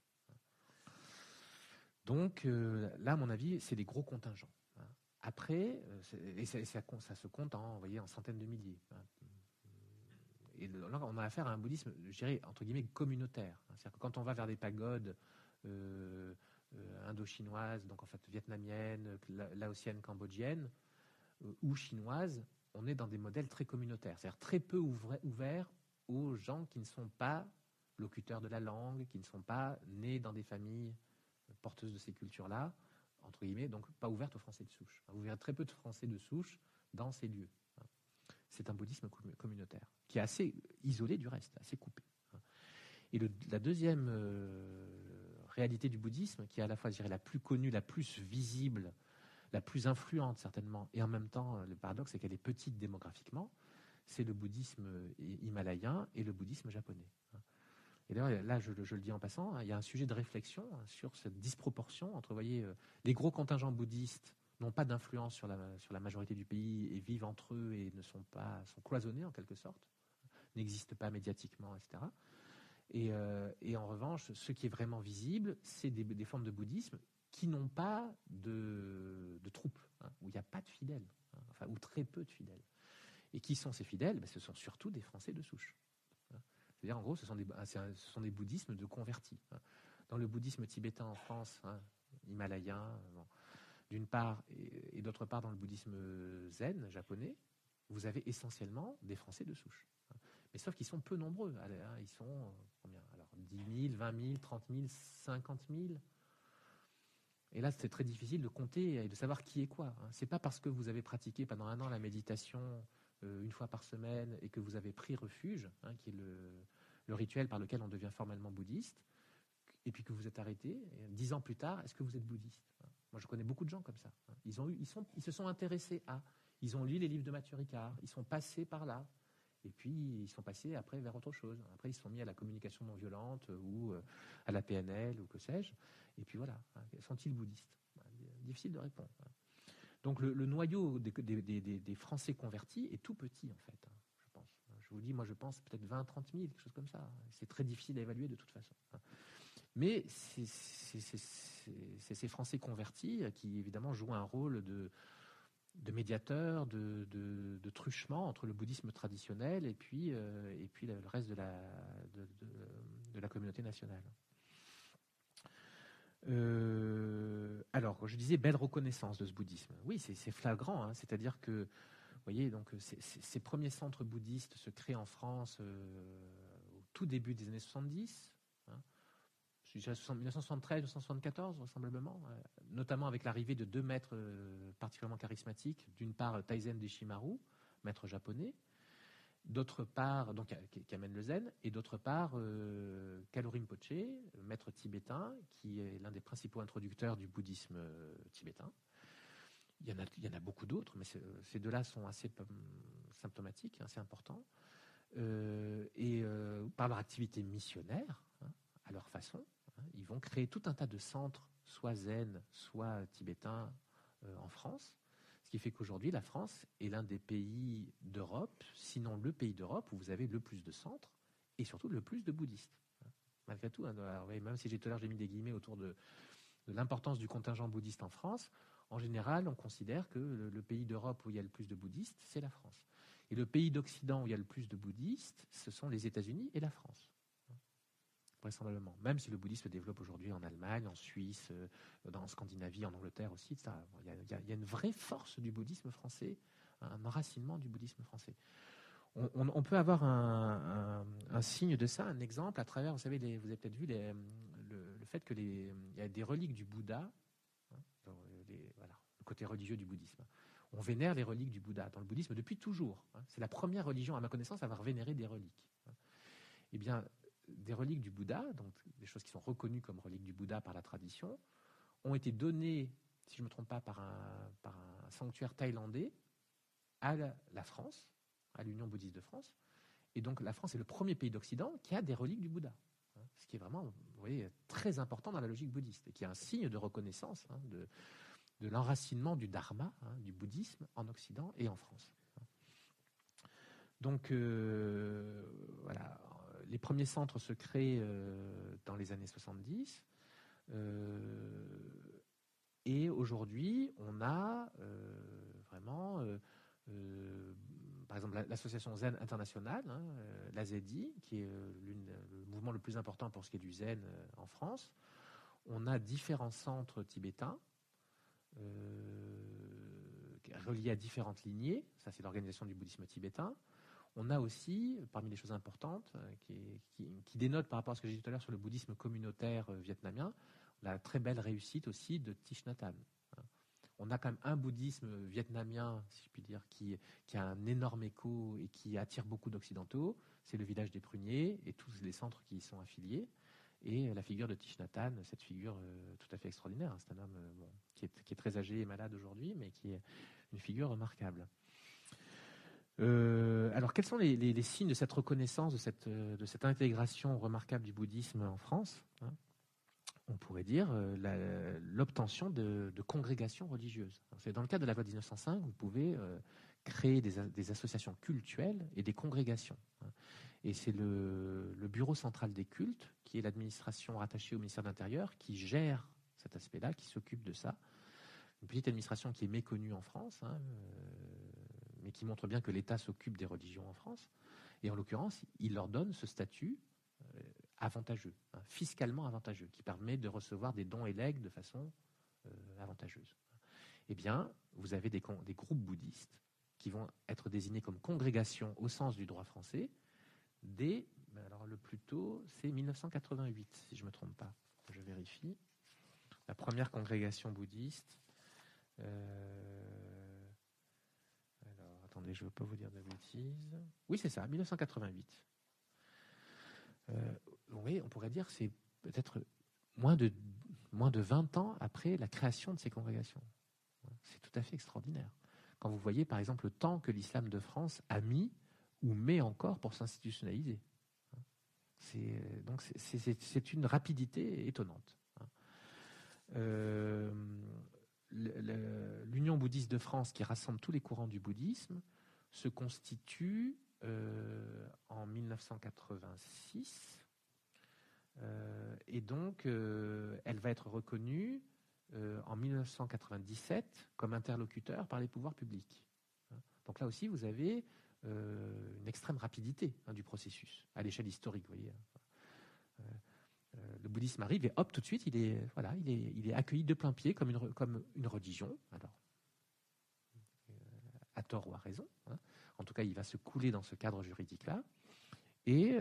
Donc là, à mon avis, c'est des gros contingents. Après, ça se compte en centaines de milliers. Et là, on a affaire à un bouddhisme, je dirais, entre guillemets, communautaire. C'est-à-dire que quand on va vers des pagodes indo-chinoises, donc en fait vietnamiennes, laotiennes, cambodgiennes, ou chinoises, on est dans des modèles très communautaires, c'est-à-dire très peu ouverts aux gens qui ne sont pas locuteurs de la langue, qui ne sont pas nés dans des familles porteuses de ces cultures-là, entre guillemets, donc pas ouvertes aux Français de souche. Vous verrez très peu de Français de souche dans ces lieux. C'est un bouddhisme communautaire, qui est assez isolé du reste, assez coupé. Et la deuxième réalité du bouddhisme, qui est à la fois, je dirais, la plus connue, la plus visible, la plus influente certainement, et en même temps, le paradoxe, c'est qu'elle est petite démographiquement, c'est le bouddhisme himalayen et le bouddhisme japonais. Et d'ailleurs, là, je le dis en passant, il y a un sujet de réflexion sur cette disproportion entre, vous voyez, les gros contingents bouddhistes n'ont pas d'influence sur la majorité du pays et vivent entre eux et sont cloisonnés en quelque sorte, n'existent pas médiatiquement, etc. Et en revanche, ce qui est vraiment visible, c'est des formes de bouddhisme qui n'ont pas de troupes, où il n'y a pas de fidèles, ou très peu de fidèles. Et qui sont ces fidèles? Ce sont surtout des Français de souche. C'est-à-dire, en gros, ce sont des bouddhismes de convertis. Dans le bouddhisme tibétain en France, himalayen, d'une part, et d'autre part dans le bouddhisme zen japonais, vous avez essentiellement des Français de souche. Mais sauf qu'ils sont peu nombreux. Ils sont combien? Alors 10 000, 20 000, 30 000, 50 000. Et là, c'est très difficile de compter et de savoir qui est quoi. C'est pas parce que vous avez pratiqué pendant un an la méditation une fois par semaine et que vous avez pris refuge, qui est le rituel par lequel on devient formellement bouddhiste, et puis que vous êtes arrêté, et 10 ans plus tard, est-ce que vous êtes bouddhiste? Moi, je connais beaucoup de gens comme ça. Ils se sont intéressés à, ils ont lu les livres de Mathieu Ricard, ils sont passés par là, et puis ils sont passés après vers autre chose. Après, ils se sont mis à la communication non violente ou à la PNL ou que sais-je. Et puis voilà, sont-ils bouddhistes? Difficile de répondre. Donc le noyau des Français convertis est tout petit en fait, je pense. Je vous dis, moi je pense peut-être 20, 30 000, quelque chose comme ça. C'est très difficile à évaluer de toute façon. Mais c'est ces Français convertis qui évidemment jouent un rôle de médiateur, de truchement entre le bouddhisme traditionnel et puis le reste de la communauté nationale. Alors, je disais belle reconnaissance de ce bouddhisme. Oui, c'est flagrant, c'est-à-dire que, vous voyez, donc ces premiers centres bouddhistes se créent en France au tout début des années 70, 1973, 1974 vraisemblablement, notamment avec l'arrivée de deux maîtres particulièrement charismatiques, d'une part Taizen Deshimaru, maître japonais, d'autre part, donc qui amène le zen, et d'autre part Kalu Rinpoche, maître tibétain, qui est l'un des principaux introducteurs du bouddhisme tibétain. Il y en a beaucoup d'autres, mais ces deux-là sont assez symptomatiques, assez importants. Et par leur activité missionnaire, à leur façon, ils vont créer tout un tas de centres, soit zen, soit tibétains, en France. Ce qui fait qu'aujourd'hui, la France est l'un des pays d'Europe, sinon le pays d'Europe où vous avez le plus de centres et surtout le plus de bouddhistes. Malgré tout, alors, même si tout à l'heure j'ai mis des guillemets autour de l'importance du contingent bouddhiste en France, en général, on considère que le pays d'Europe où il y a le plus de bouddhistes, c'est la France. Et le pays d'Occident où il y a le plus de bouddhistes, ce sont les États-Unis et la France. Vraisemblablement. Même si le bouddhisme se développe aujourd'hui en Allemagne, en Suisse, en Scandinavie, en Angleterre aussi, il y a une vraie force du bouddhisme français, un enracinement du bouddhisme français. On peut avoir un signe de ça, un exemple à travers, vous savez, vous avez peut-être vu le fait que il y a des reliques du Bouddha, voilà, le côté religieux du bouddhisme. On vénère les reliques du Bouddha dans le bouddhisme depuis toujours. C'est la première religion, à ma connaissance, à avoir vénéré des reliques. Eh bien, des reliques du Bouddha, donc des choses qui sont reconnues comme reliques du Bouddha par la tradition, ont été données, si je ne me trompe pas, par un sanctuaire thaïlandais à la France, à l'Union bouddhiste de France. Et donc la France est le premier pays d'Occident qui a des reliques du Bouddha. Ce qui est vraiment, vous voyez, très important dans la logique bouddhiste et qui est un signe de reconnaissance de l'enracinement du dharma, du bouddhisme en Occident et en France. Donc voilà, les premiers centres se créent dans les années 70. Et aujourd'hui, on a vraiment, par exemple, l'association Zen internationale, l'AZI, qui est le mouvement le plus important pour ce qui est du Zen en France. On a différents centres tibétains reliés à différentes lignées. Ça, c'est l'organisation du bouddhisme tibétain. On a aussi, parmi les choses importantes, qui dénotent par rapport à ce que j'ai dit tout à l'heure sur le bouddhisme communautaire vietnamien, la très belle réussite aussi de Thich Nhat Hanh. On a quand même un bouddhisme vietnamien, si je puis dire, qui a un énorme écho et qui attire beaucoup d'occidentaux. C'est le village des pruniers et tous les centres qui y sont affiliés. Et la figure de Thich Nhat Hanh, cette figure tout à fait extraordinaire. C'est un homme qui est très âgé et malade aujourd'hui, mais qui est une figure remarquable. Alors, quels sont les signes de cette reconnaissance, de cette intégration remarquable du bouddhisme en France, on pourrait dire l'obtention de congrégations religieuses. C'est dans le cadre de la loi de 1905, vous pouvez créer des associations cultuelles et des congrégations. Et c'est le Bureau central des cultes, qui est l'administration rattachée au ministère de l'Intérieur, qui gère cet aspect-là, qui s'occupe de ça. Une petite administration qui est méconnue en France, mais qui montre bien que l'État s'occupe des religions en France. Et en l'occurrence, il leur donne ce statut avantageux, fiscalement avantageux, qui permet de recevoir des dons et legs de façon avantageuse. eh bien, vous avez des groupes bouddhistes qui vont être désignés comme congrégations au sens du droit français alors le plus tôt, c'est 1988, si je ne me trompe pas. Je vérifie. La première congrégation bouddhiste. Alors, attendez, je ne veux pas vous dire de bêtises. Oui, c'est ça, 1988. Oui, on pourrait dire que c'est peut-être moins de 20 ans après la création de ces congrégations. C'est tout à fait extraordinaire. Quand vous voyez, par exemple, le temps que l'islam de France a mis ou met encore pour s'institutionnaliser. C'est une rapidité étonnante. L'Union bouddhiste de France, qui rassemble tous les courants du bouddhisme, se constitue en 1986 et donc elle va être reconnue en 1997 comme interlocuteur par les pouvoirs publics. Donc là aussi, vous avez une extrême rapidité du processus à l'échelle historique, vous voyez. Le bouddhisme arrive et hop, tout de suite, il est accueilli de plein pied comme une religion. Alors, à tort ou à raison. En tout cas, il va se couler dans ce cadre juridique-là. Et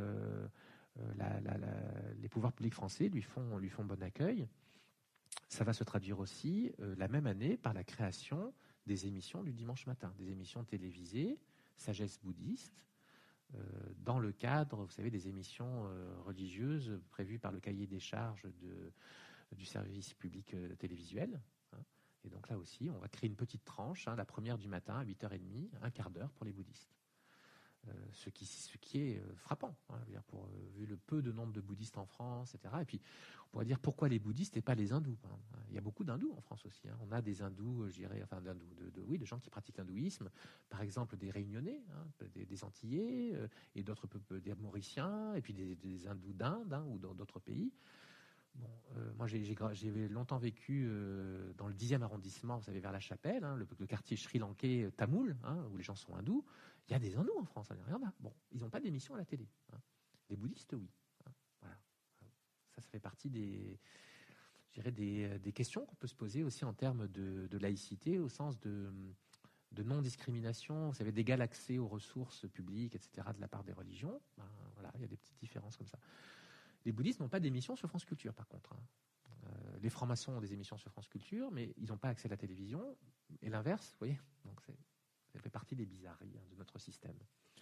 les pouvoirs publics français lui font bon accueil. Ça va se traduire aussi la même année par la création des émissions du dimanche matin, des émissions télévisées, sagesse bouddhiste, dans le cadre, vous savez, des émissions religieuses prévues par le cahier des charges du service public télévisuel. Et donc là aussi, on va créer une petite tranche, la première du matin à 8h30, un quart d'heure pour les bouddhistes. Ce qui est frappant, vu le peu de nombre de bouddhistes en France, etc. Et puis, on pourrait dire pourquoi les bouddhistes et pas les hindous. Il y a beaucoup d'hindous en France aussi. On a des hindous, je dirais, enfin de gens qui pratiquent l'hindouisme, par exemple des Réunionnais, des Antillais, et d'autres peuples, des Mauriciens, et puis des hindous d'Inde ou dans d'autres pays. Bon, moi, j'ai longtemps vécu dans le 10e arrondissement, vous savez, vers la Chapelle, le quartier sri-lankais Tamoul, où les gens sont hindous. Il y a des hindous en France, il y en a. Bon, ils n'ont pas d'émission à la télé. Les bouddhistes, oui. Voilà. Ça fait partie des questions qu'on peut se poser aussi en termes de laïcité, au sens de non-discrimination, vous savez, d'égal accès aux ressources publiques, etc., de la part des religions. Voilà, il y a des petites différences comme ça. Les bouddhistes n'ont pas d'émissions sur France Culture, par contre. Les francs-maçons ont des émissions sur France Culture, mais ils n'ont pas accès à la télévision. Et l'inverse, vous voyez. Donc ça fait partie des bizarreries de notre système.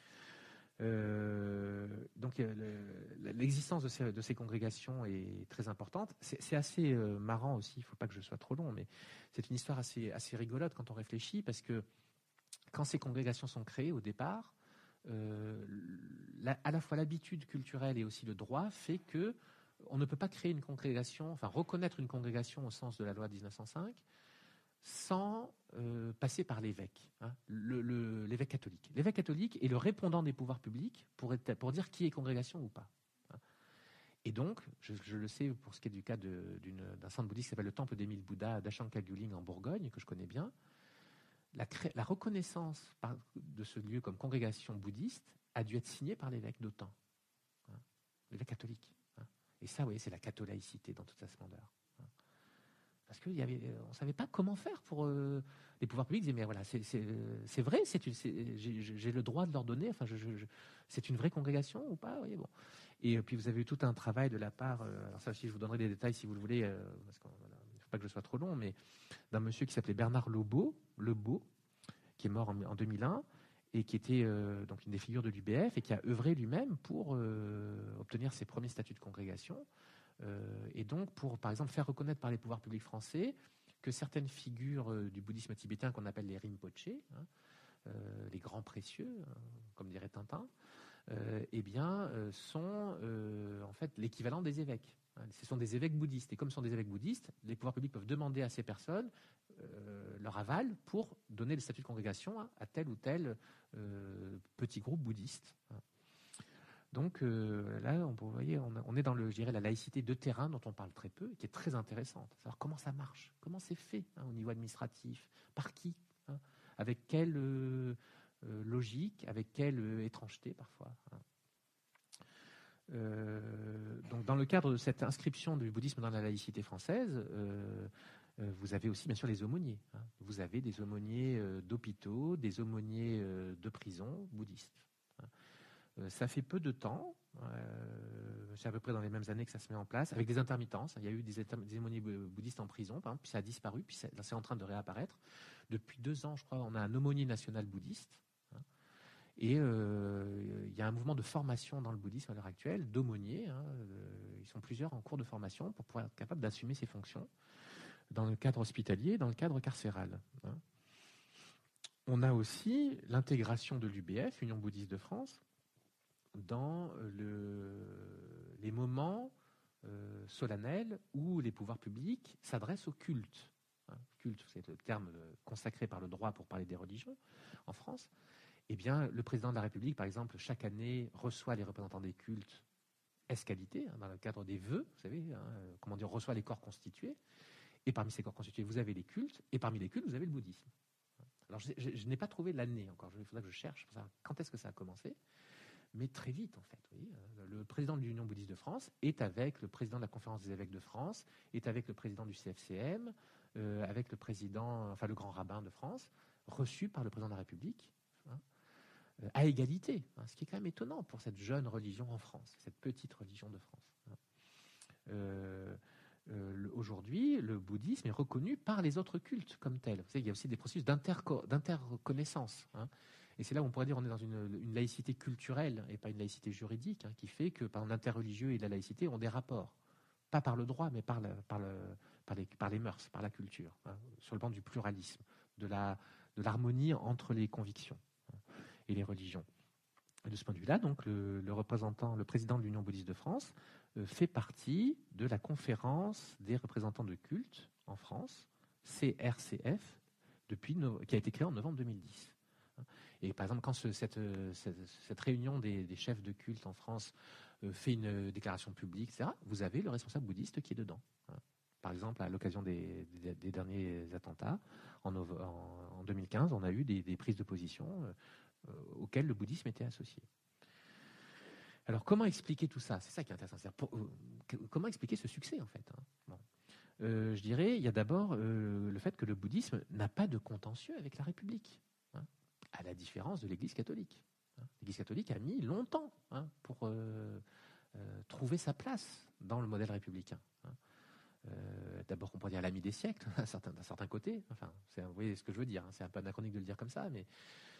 Donc l'existence de ces congrégations est très importante. C'est assez marrant aussi, il ne faut pas que je sois trop long, mais c'est une histoire assez rigolote quand on réfléchit, parce que quand ces congrégations sont créées au départ, à la fois l'habitude culturelle et aussi le droit fait que on ne peut pas créer une congrégation, enfin reconnaître une congrégation au sens de la loi de 1905 sans passer par l'évêque, l'évêque catholique. L'évêque catholique est le répondant des pouvoirs publics pour dire qui est congrégation ou pas. Et donc, je le sais pour ce qui est du cas d'un centre bouddhiste qui s'appelle le Temple des Mille Bouddhas d'Ashankagyuling en Bourgogne, que je connais bien. La reconnaissance de ce lieu comme congrégation bouddhiste a dû être signée par l'évêque d'Autun, l'évêque catholique. Et ça, vous voyez, c'est la catholaïcité dans toute sa splendeur. Parce qu'on ne savait pas comment faire pour... les pouvoirs publics disaient, mais voilà, c'est vrai, j'ai le droit de leur donner, enfin, c'est une vraie congrégation ou pas, voyez, bon. Et puis vous avez eu tout un travail de la part, alors ça aussi je vous donnerai des détails si vous le voulez, parce qu'il ne faut pas que je sois trop long, mais d'un monsieur qui s'appelait Bernard Lebeau, qui est mort en 2001, et qui était donc une des figures de l'UBF, et qui a œuvré lui-même pour obtenir ses premiers statuts de congrégation, et donc pour, par exemple, faire reconnaître par les pouvoirs publics français que certaines figures du bouddhisme tibétain qu'on appelle les Rinpoché, les grands précieux, comme dirait Tintin, sont en fait l'équivalent des évêques. Ce sont des évêques bouddhistes. Et comme ce sont des évêques bouddhistes, les pouvoirs publics peuvent demander à ces personnes leur aval pour donner le statut de congrégation à tel ou tel petit groupe bouddhiste. Donc là, vous voyez, on est dans la laïcité de terrain dont on parle très peu, qui est très intéressante. Savoir comment ça marche, comment c'est fait au niveau administratif, par qui, avec quelle logique, avec quelle étrangeté parfois. Donc dans le cadre de cette inscription du bouddhisme dans la laïcité française, Vous avez aussi, bien sûr, les aumôniers. Vous avez des aumôniers d'hôpitaux, des aumôniers de prisons bouddhistes. Ça fait peu de temps, c'est à peu près dans les mêmes années que ça se met en place, avec des intermittences. Il y a eu des aumôniers bouddhistes en prison, par exemple, puis ça a disparu, puis c'est en train de réapparaître. Depuis 2 ans, je crois, on a un aumônier national bouddhiste. Et il y a un mouvement de formation dans le bouddhisme à l'heure actuelle, d'aumôniers. Ils sont plusieurs en cours de formation pour pouvoir être capables d'assumer ces fonctions dans le cadre hospitalier, dans le cadre carcéral. On a aussi l'intégration de l'UBF, Union bouddhiste de France, dans les moments solennels où les pouvoirs publics s'adressent au culte. Culte, c'est le terme consacré par le droit pour parler des religions en France. Eh bien, le président de la République, par exemple, chaque année reçoit les représentants des cultes escalités, dans le cadre des vœux, vous savez, comment dire, reçoit les corps constitués. Et parmi ces corps constitués, vous avez les cultes, et parmi les cultes, vous avez le bouddhisme. Alors, je n'ai pas trouvé l'année encore, il faudra que je cherche pour savoir quand est-ce que ça a commencé. Mais très vite, en fait. Oui. Le président de l'Union bouddhiste de France est avec le président de la Conférence des évêques de France, est avec le président du CFCM, avec le président, enfin le grand rabbin de France, reçu par le président de la République, à égalité, ce qui est quand même étonnant pour cette jeune religion en France, cette petite religion de France. Aujourd'hui, le bouddhisme est reconnu par les autres cultes comme tel. Vous savez, il y a aussi des processus d'interconnaissance. Et c'est là où on pourrait dire qu'on est dans une laïcité culturelle et pas une laïcité juridique, qui fait que par l'interreligieux et la laïcité ont des rapports. Pas par le droit, mais par les mœurs, par la culture, sur le plan du pluralisme, de l'harmonie entre les convictions et les religions. Et de ce point de vue-là, donc, le président de l'Union bouddhiste de France fait partie de la conférence des représentants de culte en France, CRCF, qui a été créée en novembre 2010. Et par exemple, quand cette réunion des chefs de culte en France fait une déclaration publique, etc., vous avez le responsable bouddhiste qui est dedans. Par exemple, à l'occasion des derniers attentats, en 2015, on a eu des prises de position auxquelles le bouddhisme était associé. Alors, comment expliquer tout ça? C'est ça qui est intéressant. Comment expliquer ce succès, en fait? Je dirais, il y a d'abord le fait que le bouddhisme n'a pas de contentieux avec la République, à la différence de l'Église catholique. L'Église catholique a mis longtemps pour trouver sa place dans le modèle républicain. D'abord, on pourrait dire l'ami des siècles, d'un certain côté. Enfin, vous voyez ce que je veux dire. C'est un peu anachronique de le dire comme ça, mais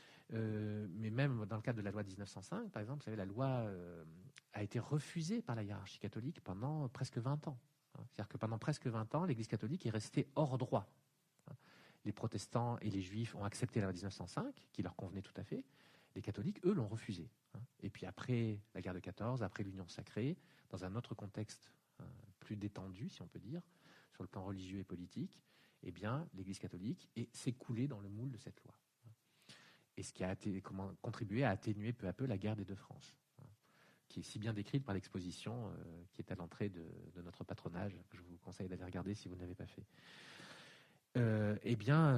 même dans le cadre de la loi 1905, par exemple, vous savez, la loi a été refusée par la hiérarchie catholique pendant presque 20 ans. C'est-à-dire que pendant presque 20 ans, l'Église catholique est restée hors droit. Les protestants et les juifs ont accepté la loi 1905, qui leur convenait tout à fait. Les catholiques, eux, l'ont refusée. Et puis après la guerre de 14, après l'Union sacrée, dans un autre contexte plus détendu, si on peut dire, sur le plan religieux et politique, eh bien, l'Église catholique s'est coulée dans le moule de cette loi. Et ce qui a contribué à atténuer peu à peu la guerre des deux France, qui est si bien décrite par l'exposition qui est à l'entrée de notre patronage, que je vous conseille d'aller regarder si vous ne l'avez pas fait. Eh bien,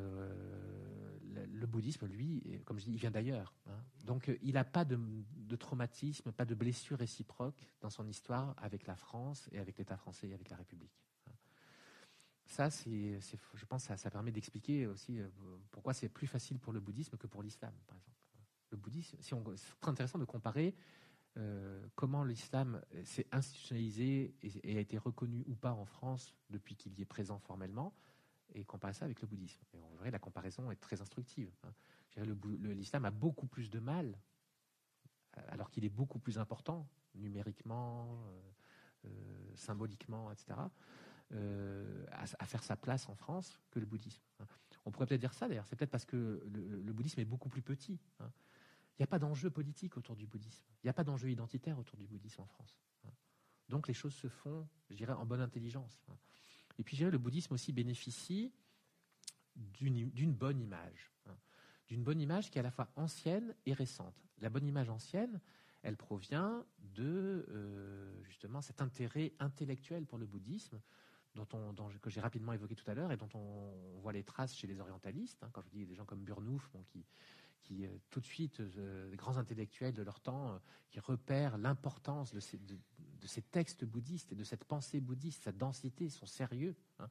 le bouddhisme, lui, comme je dis, il vient d'ailleurs. Donc, il n'a pas de traumatisme, pas de blessure réciproque dans son histoire avec la France et avec l'État français et avec la République. Ça, je pense que ça permet d'expliquer aussi pourquoi c'est plus facile pour le bouddhisme que pour l'islam, par exemple. Le bouddhisme, c'est très intéressant de comparer comment l'islam s'est institutionnalisé et a été reconnu ou pas en France depuis qu'il y est présent formellement, et comparer ça avec le bouddhisme. Et en vrai, la comparaison est très instructive. L'islam a beaucoup plus de mal, alors qu'il est beaucoup plus important, numériquement, symboliquement, etc., à faire sa place en France que le bouddhisme. On pourrait peut-être dire ça, d'ailleurs. C'est peut-être parce que le bouddhisme est beaucoup plus petit. Il n'y a pas d'enjeu politique autour du bouddhisme. Il n'y a pas d'enjeu identitaire autour du bouddhisme en France. Donc les choses se font, je dirais, en bonne intelligence. Et puis, je dirais, le bouddhisme aussi bénéficie d'une bonne image. D'une bonne image qui est à la fois ancienne et récente. La bonne image ancienne, elle provient de, justement, cet intérêt intellectuel pour le bouddhisme, que j'ai rapidement évoqué tout à l'heure, et dont on voit les traces chez les orientalistes. Quand je dis des gens comme Burnouf, qui tout de suite, des grands intellectuels de leur temps, qui repèrent l'importance de ces textes bouddhistes et de cette pensée bouddhiste, sa densité, son sérieux.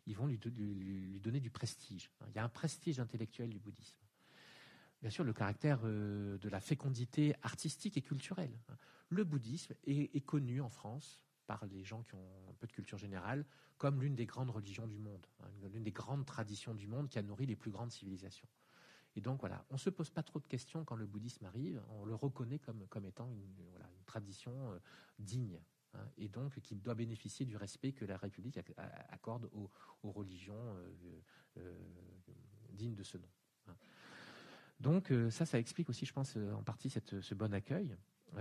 ils vont lui donner du prestige. Il y a un prestige intellectuel du bouddhisme. Bien sûr, le caractère de la fécondité artistique et culturelle. Le bouddhisme est connu en France par les gens qui ont un peu de culture générale comme l'une des grandes religions du monde, l'une des grandes traditions du monde qui a nourri les plus grandes civilisations. Et donc voilà, on ne se pose pas trop de questions quand le bouddhisme arrive, on le reconnaît comme étant une tradition digne, et donc qui doit bénéficier du respect que la République accorde aux religions dignes de ce nom. Donc ça explique aussi, je pense, en partie ce bon accueil,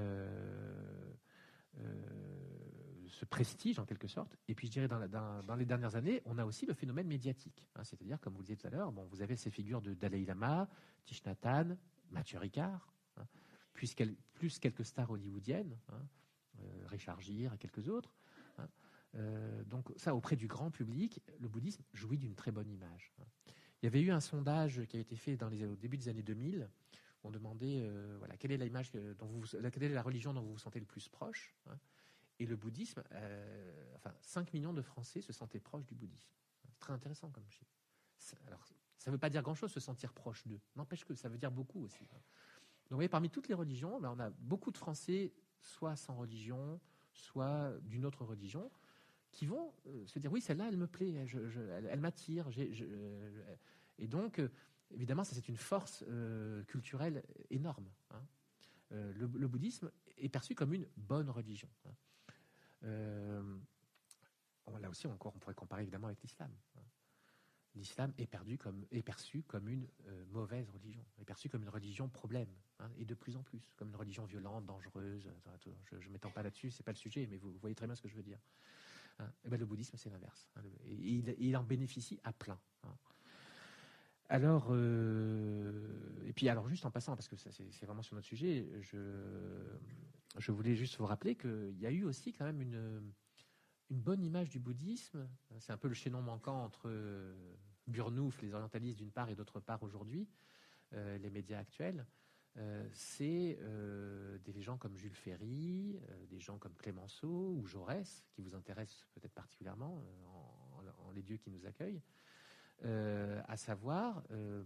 ce prestige en quelque sorte. Et puis je dirais dans les dernières années, on a aussi le phénomène médiatique. C'est-à-dire, comme vous le disiez tout à l'heure, vous avez ces figures de Dalai Lama, Thich Nhat Hanh, Mathieu Ricard, plus quelques stars hollywoodiennes, Richard Gere et quelques autres. Donc ça, auprès du grand public, le bouddhisme jouit d'une très bonne image. Il y avait eu un sondage qui a été fait au début des années 2000. On demandait quelle est l'image quelle est la religion dont vous vous sentez le plus proche. Et le bouddhisme, 5 millions de Français se sentaient proches du bouddhisme. C'est très intéressant comme chiffre. Alors, ça ne veut pas dire grand-chose se sentir proche d'eux. N'empêche que ça veut dire beaucoup aussi. Donc, vous voyez, parmi toutes les religions, on a beaucoup de Français, soit sans religion, soit d'une autre religion, qui vont se dire oui, celle-là, elle me plaît, elle m'attire. Et donc, évidemment, ça c'est une force culturelle énorme. Le bouddhisme est perçu comme une bonne religion. Là aussi, encore, on pourrait comparer évidemment avec l'islam. L'islam est perçu comme une mauvaise religion, est perçu comme une religion problème, et de plus en plus, comme une religion violente, dangereuse. Je ne m'étends pas là-dessus, c'est pas le sujet, mais vous voyez très bien ce que je veux dire. Et le bouddhisme, c'est l'inverse. Et il en bénéficie à plein. Alors, et puis alors juste en passant, parce que c'est vraiment sur notre sujet, je voulais juste vous rappeler qu'il y a eu aussi quand même une bonne image du bouddhisme. C'est un peu le chaînon manquant entre Burnouf, les orientalistes d'une part, et d'autre part aujourd'hui, les médias actuels. C'est des gens comme Jules Ferry, des gens comme Clémenceau ou Jaurès, qui vous intéressent peut-être particulièrement en les dieux qui nous accueillent, à savoir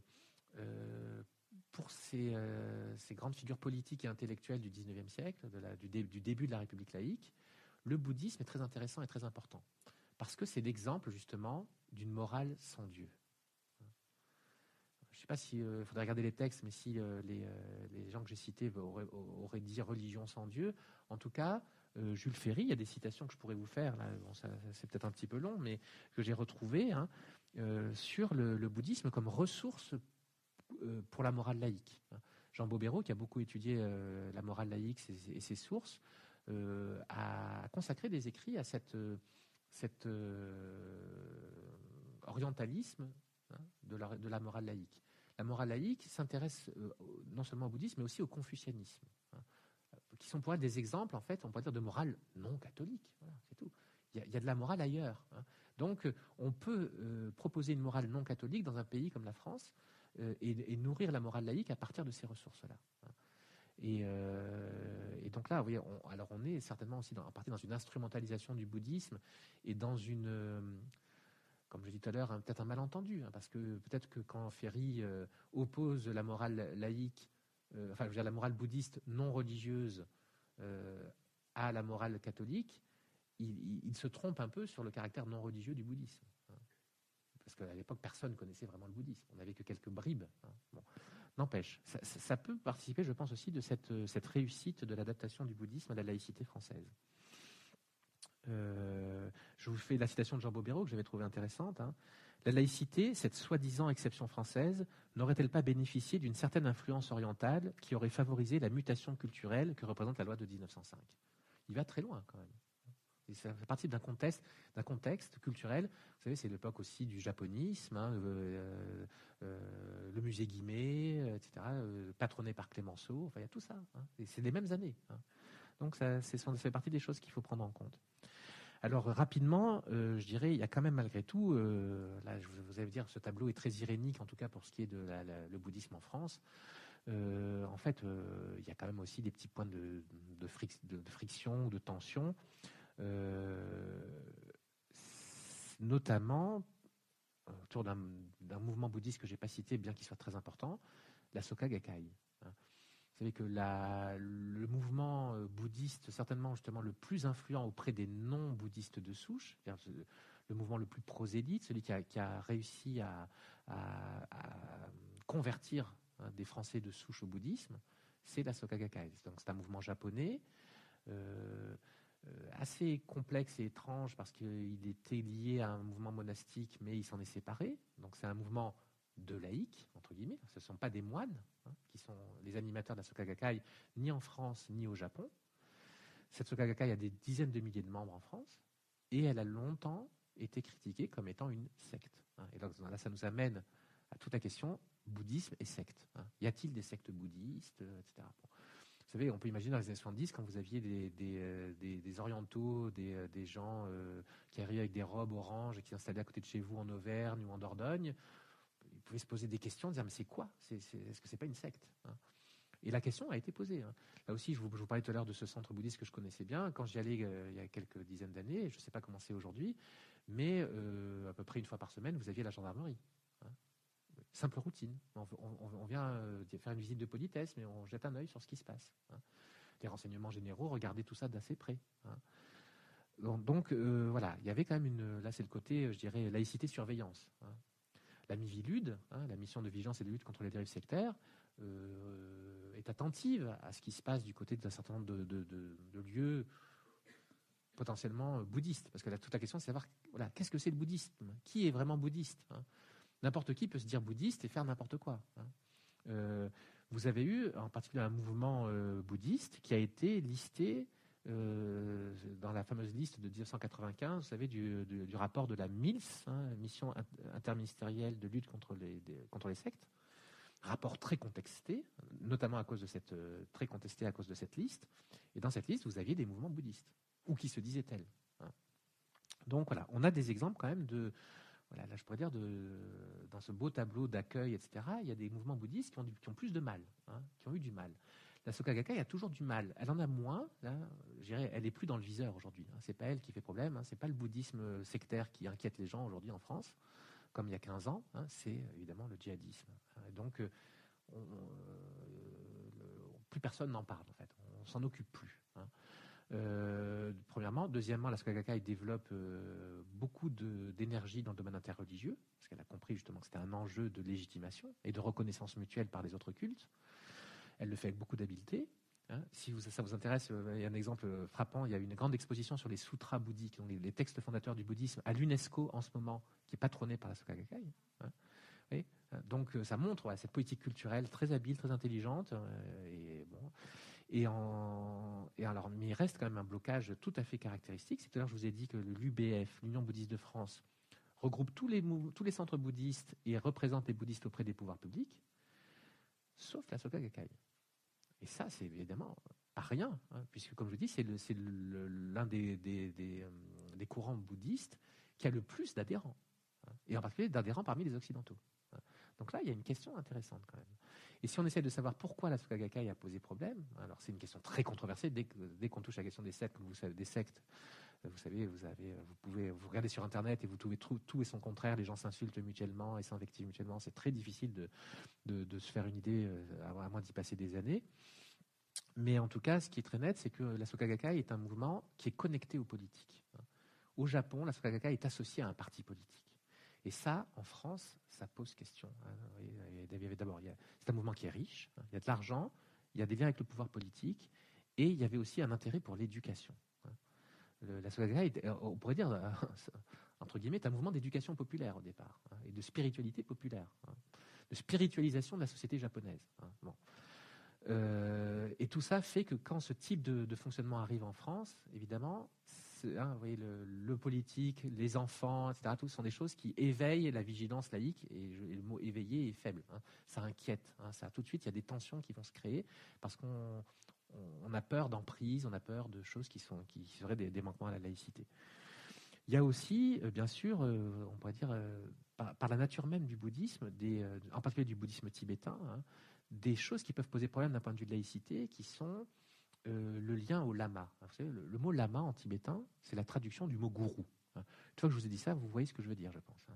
pour ces grandes figures politiques et intellectuelles du XIXe siècle, du début de la République laïque, le bouddhisme est très intéressant et très important, parce que c'est l'exemple justement d'une morale sans Dieu. Je ne sais pas s'il faudrait regarder les textes, mais si les gens que j'ai cités auraient dit religion sans Dieu. En tout cas, Jules Ferry, il y a des citations que je pourrais vous faire, là, c'est peut-être un petit peu long, mais que j'ai retrouvées sur le bouddhisme comme ressource pour la morale laïque. Jean Bobéro, qui a beaucoup étudié la morale laïque et ses sources, a consacré des écrits à cet orientalisme de la morale laïque. La morale laïque s'intéresse non seulement au bouddhisme, mais aussi au confucianisme, qui sont pour elle des exemples, en fait, on pourrait dire, de morale non catholique. Voilà, c'est tout. Il y a de la morale ailleurs. Donc, on peut proposer une morale non catholique dans un pays comme la France et nourrir la morale laïque à partir de ces ressources-là. Et donc là, vous voyez, on est certainement aussi en partie dans une instrumentalisation du bouddhisme et dans une... comme je l'ai dit tout à l'heure, peut-être un malentendu, parce que peut-être que quand Ferry oppose la morale laïque, la morale bouddhiste non religieuse à la morale catholique, il se trompe un peu sur le caractère non religieux du bouddhisme. Parce qu'à l'époque, personne ne connaissait vraiment le bouddhisme. On n'avait que quelques bribes. Bon. N'empêche, ça peut participer, je pense, aussi de cette réussite de l'adaptation du bouddhisme à la laïcité française. Je vous fais la citation de Jean Bobéro que j'avais trouvée intéressante. La laïcité, cette soi-disant exception française, n'aurait-elle pas bénéficié d'une certaine influence orientale qui aurait favorisé la mutation culturelle que représente la loi de 1905 ? Il va très loin quand même. Et ça fait partie d'un contexte culturel. Vous savez, c'est l'époque aussi du japonisme, le musée Guimet, etc., patronné par Clémenceau. Enfin, il y a tout ça. Et c'est les mêmes années. Donc, ça fait partie des choses qu'il faut prendre en compte. Alors, rapidement, je dirais, il y a quand même malgré tout, là, vous allez dire, ce tableau est très irénique, en tout cas pour ce qui est de le bouddhisme en France. En fait, il y a quand même aussi des petits points de friction, de tension. Notamment autour d'un mouvement bouddhiste que je n'ai pas cité, bien qu'il soit très important, la Soka Gakkai. Vous savez que le mouvement bouddhiste, certainement justement le plus influent auprès des non-bouddhistes de souche, le mouvement le plus prosélyte, celui qui a réussi à convertir des Français de souche au bouddhisme, c'est la Soka Gakkai. Donc c'est un mouvement japonais, assez complexe et étrange parce qu'il était lié à un mouvement monastique, mais il s'en est séparé. Donc c'est un mouvement de laïcs, entre guillemets. Ce ne sont pas des moines qui sont les animateurs de la Soka Gakkai, ni en France, ni au Japon. Cette Soka Gakkai a des dizaines de milliers de membres en France, et elle a longtemps été critiquée comme étant une secte. Et donc là, ça nous amène à toute la question bouddhisme et secte. Y a-t-il des sectes bouddhistes, etc. Bon. Vous savez, on peut imaginer dans les années 70, quand vous aviez des orientaux, des gens qui arrivaient avec des robes oranges et qui s'installaient à côté de chez vous en Auvergne ou en Dordogne, ils pouvaient se poser des questions, dire mais c'est quoi ? Est-ce que c'est pas une secte ? Et la question a été posée. Là aussi, je vous parlais tout à l'heure de ce centre bouddhiste que je connaissais bien. Quand j'y allais il y a quelques dizaines d'années, je ne sais pas comment c'est aujourd'hui, mais à peu près une fois par semaine, vous aviez la gendarmerie. Simple routine. On vient faire une visite de politesse, mais on jette un œil sur ce qui se passe. Les renseignements généraux, regardez tout ça d'assez près. Donc voilà, il y avait quand même là c'est le côté, je dirais, laïcité-surveillance. La MIVILUD, la mission de vigilance et de lutte contre les dérives sectaires, est attentive à ce qui se passe du côté d'un certain nombre de lieux potentiellement bouddhistes. Parce que là, toute la question, c'est de savoir qu'est-ce que c'est le bouddhisme ? Qui est vraiment bouddhiste ? N'importe qui peut se dire bouddhiste et faire n'importe quoi. Vous avez eu en particulier un mouvement bouddhiste qui a été listé dans la fameuse liste de 1995, vous savez, du rapport de la MILS, Mission interministérielle de lutte contre les sectes. Rapport très contesté, notamment à cause de très contesté à cause de cette liste. Et dans cette liste, vous aviez des mouvements bouddhistes, ou qui se disaient tels. Donc voilà, on a des exemples quand même là je pourrais dire, dans ce beau tableau d'accueil, etc., il y a des mouvements bouddhistes qui ont plus de mal, qui ont eu du mal. La Soka Gakkai a toujours du mal. Elle en a moins, là, je dirais, elle n'est plus dans le viseur aujourd'hui. C'est pas elle qui fait problème, c'est pas le bouddhisme sectaire qui inquiète les gens aujourd'hui en France, comme il y a 15 ans, c'est évidemment le djihadisme. Donc, plus personne n'en parle, en fait. On s'en occupe plus. Premièrement. Deuxièmement, la Soka Gakkai développe beaucoup d'énergie dans le domaine interreligieux, parce qu'elle a compris justement que c'était un enjeu de légitimation et de reconnaissance mutuelle par les autres cultes. Elle le fait avec beaucoup d'habileté. Si ça vous intéresse, il y a un exemple frappant. Il y a une grande exposition sur les sutras bouddhiques, donc les textes fondateurs du bouddhisme, à l'UNESCO en ce moment, qui est patronnée par la Soka Gakkai. Donc ça montre cette politique culturelle très habile, très intelligente. Mais il reste quand même un blocage tout à fait caractéristique. C'est tout à l'heure, je vous ai dit que l'UBF, l'Union bouddhiste de France, regroupe tous les centres bouddhistes et représente les bouddhistes auprès des pouvoirs publics, sauf la Soka Gakkai. Et ça, c'est évidemment pas rien, puisque, comme je dis, c'est l'un des courants bouddhistes qui a le plus d'adhérents, et en particulier d'adhérents parmi les Occidentaux. Donc là, il y a une question intéressante quand même. Et si on essaie de savoir pourquoi la Soka Gakkai a posé problème, alors c'est une question très controversée. Dès qu'on touche à la question des sectes, vous savez, vous pouvez vous regarder sur Internet et vous trouvez tout et son contraire. Les gens s'insultent mutuellement et s'invectivent mutuellement. C'est très difficile de se faire une idée, à moins d'y passer des années. Mais en tout cas, ce qui est très net, c'est que la Soka Gakkai est un mouvement qui est connecté aux politiques. Au Japon, la Soka Gakkai est associée à un parti politique. Et ça, en France, ça pose question. D'abord, c'est un mouvement qui est riche, il y a de l'argent, il y a des liens avec le pouvoir politique, et il y avait aussi un intérêt pour l'éducation. La Soka Gakkai, on pourrait dire, entre guillemets, est un mouvement d'éducation populaire au départ, et de spiritualité populaire, de spiritualisation de la société japonaise. Bon. Et tout ça fait que quand ce type de fonctionnement arrive en France, évidemment, vous voyez, le politique, les enfants, etc., tout sont des choses qui éveillent la vigilance laïque, et le mot éveiller est faible. Ça inquiète. Ça, tout de suite, il y a des tensions qui vont se créer parce qu'on a peur d'emprise, on a peur de choses qui seraient des manquements à la laïcité. Il y a aussi, bien sûr, on pourrait dire, par la nature même du bouddhisme, en particulier du bouddhisme tibétain, des choses qui peuvent poser problème d'un point de vue de laïcité, qui sont le lien au lama. Vous savez, le mot lama en tibétain, c'est la traduction du mot gourou. Une fois que je vous ai dit ça, vous voyez ce que je veux dire, je pense.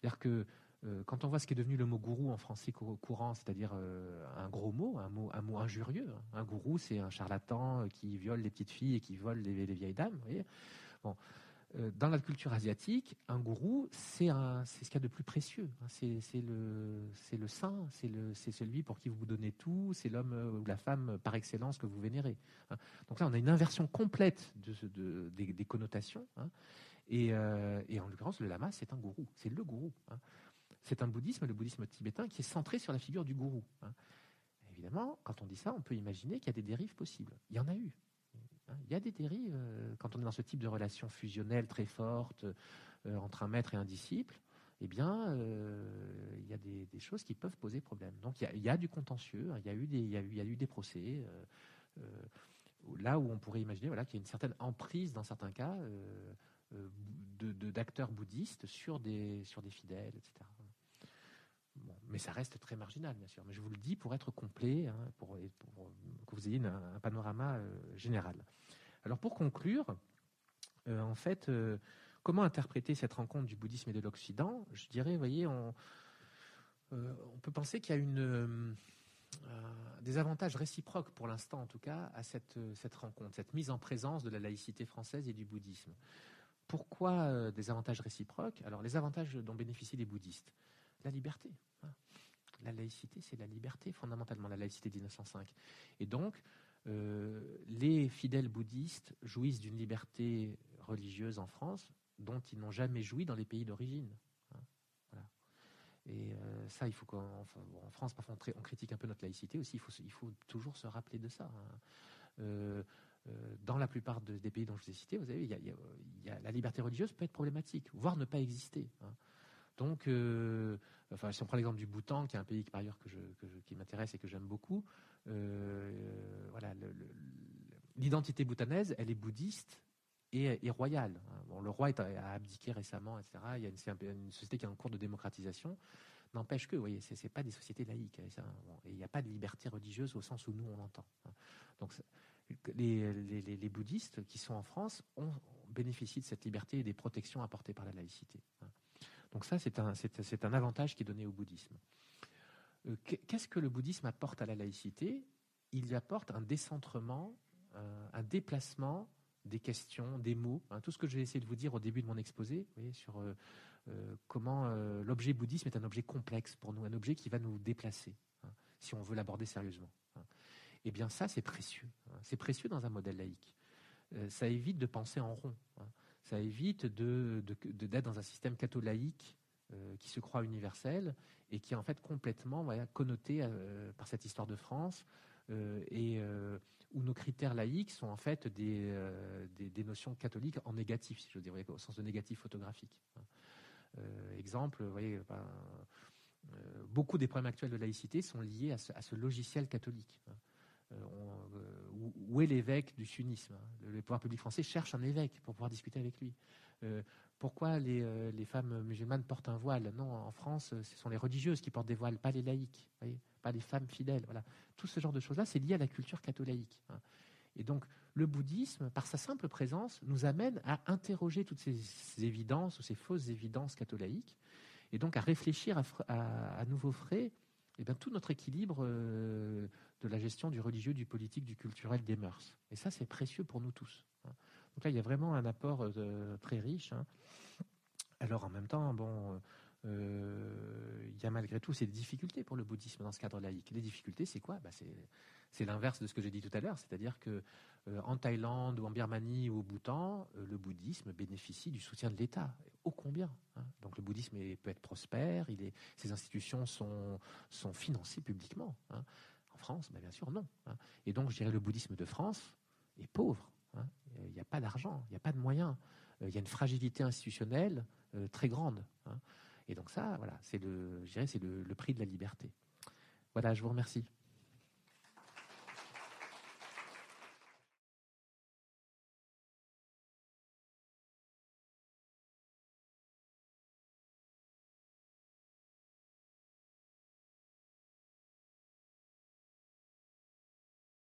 C'est-à-dire que quand on voit ce qui est devenu le mot gourou en français courant, c'est-à-dire un gros mot, un mot injurieux. Un gourou, c'est un charlatan qui viole les petites filles et qui vole les vieilles dames. Vous voyez, bon, dans la culture asiatique, un gourou, c'est ce qu'il y a de plus précieux. C'est le saint, c'est celui pour qui vous donnez tout, c'est l'homme ou la femme par excellence que vous vénérez. Donc là, on a une inversion complète des connotations. Et en l'occurrence, le lama, c'est un gourou, c'est le gourou. C'est un bouddhisme, le bouddhisme tibétain, qui est centré sur la figure du gourou. Évidemment, quand on dit ça, on peut imaginer qu'il y a des dérives possibles. Il y en a eu. Il y a des dérives quand on est dans ce type de relation fusionnelle très forte entre un maître et un disciple. Eh bien, il y a des choses qui peuvent poser problème. Donc, il y a du contentieux, il y a eu des procès. Là où on pourrait imaginer qu'il y a une certaine emprise, dans certains cas, d'acteurs bouddhistes sur des fidèles, etc. Bon, mais ça reste très marginal, bien sûr. Mais je vous le dis pour être complet, pour que vous ayez un panorama général. Alors pour conclure, en fait, comment interpréter cette rencontre du bouddhisme et de l'Occident? Je dirais, vous voyez, on peut penser qu'il y a des avantages réciproques, pour l'instant en tout cas, à cette rencontre, cette mise en présence de la laïcité française et du bouddhisme. Pourquoi des avantages réciproques? Alors les avantages dont bénéficient les bouddhistes. La liberté. La laïcité, c'est la liberté, fondamentalement, la laïcité de 1905. Et donc, les fidèles bouddhistes jouissent d'une liberté religieuse en France dont ils n'ont jamais joui dans les pays d'origine. Voilà. Et ça, il faut qu'en France, parfois, on critique un peu notre laïcité aussi, il faut toujours se rappeler de ça. Dans la plupart des pays dont je vous ai cités, vous savez, la liberté religieuse peut être problématique, voire ne pas exister. Donc, si on prend l'exemple du Bhoutan, qui est un pays par ailleurs qui m'intéresse et que j'aime beaucoup, l'identité bhoutanaise, elle est bouddhiste et royale. Bon, le roi a abdiqué récemment, etc. Il y a une société qui est en cours de démocratisation. N'empêche que, vous voyez, c'est pas des sociétés laïques. Et il n'y a pas de liberté religieuse au sens où nous, on l'entend. Donc, les bouddhistes qui sont en France bénéficient de cette liberté et des protections apportées par la laïcité. Donc ça, c'est un avantage qui est donné au bouddhisme. Qu'est-ce que le bouddhisme apporte à la laïcité? Il y apporte un décentrement, un déplacement des questions, des mots. Tout ce que j'ai essayé de vous dire au début de mon exposé, vous voyez, sur comment l'objet bouddhisme est un objet complexe pour nous, un objet qui va nous déplacer, si on veut l'aborder sérieusement. Eh bien ça, c'est précieux. C'est précieux dans un modèle laïque. Ça évite de penser en rond. Ça évite d'être dans un système catho-laïque qui se croit universel et qui est en fait complètement connoté par cette histoire de France où nos critères laïques sont en fait des notions catholiques en négatif, si je veux dire, au sens de négatif photographique. Exemple, vous voyez, beaucoup des problèmes actuels de laïcité sont liés à ce logiciel catholique. Où est l'évêque du sunnisme? Le pouvoir public français cherche un évêque pour pouvoir discuter avec lui. Pourquoi les femmes musulmanes portent un voile? Non, en France, ce sont les religieuses qui portent des voiles, pas les laïcs, voyez, pas les femmes fidèles. Voilà. Tout ce genre de choses-là, c'est lié à la culture catholique. Et donc, le bouddhisme, par sa simple présence, nous amène à interroger toutes ces évidences ou ces fausses évidences catholiques, et donc à réfléchir à nouveau frais tout notre équilibre de la gestion du religieux, du politique, du culturel, des mœurs. Et ça, c'est précieux pour nous tous. Donc là, il y a vraiment un apport très riche. Alors en même temps, il y a malgré tout ces difficultés pour le bouddhisme dans ce cadre laïque. Les difficultés, c'est quoi? C'est l'inverse de ce que j'ai dit tout à l'heure, c'est-à-dire que en Thaïlande ou en Birmanie ou au Bhoutan, le bouddhisme bénéficie du soutien de l'État. Ô combien, Donc le bouddhisme peut être prospère, ses institutions sont financées publiquement. En France, bien sûr, non. Et donc, je dirais le bouddhisme de France est pauvre. Il n'y a pas d'argent, il n'y a pas de moyens. Il y a une fragilité institutionnelle très grande. Et donc ça, voilà, je dirais, c'est le prix de la liberté. Voilà, je vous remercie.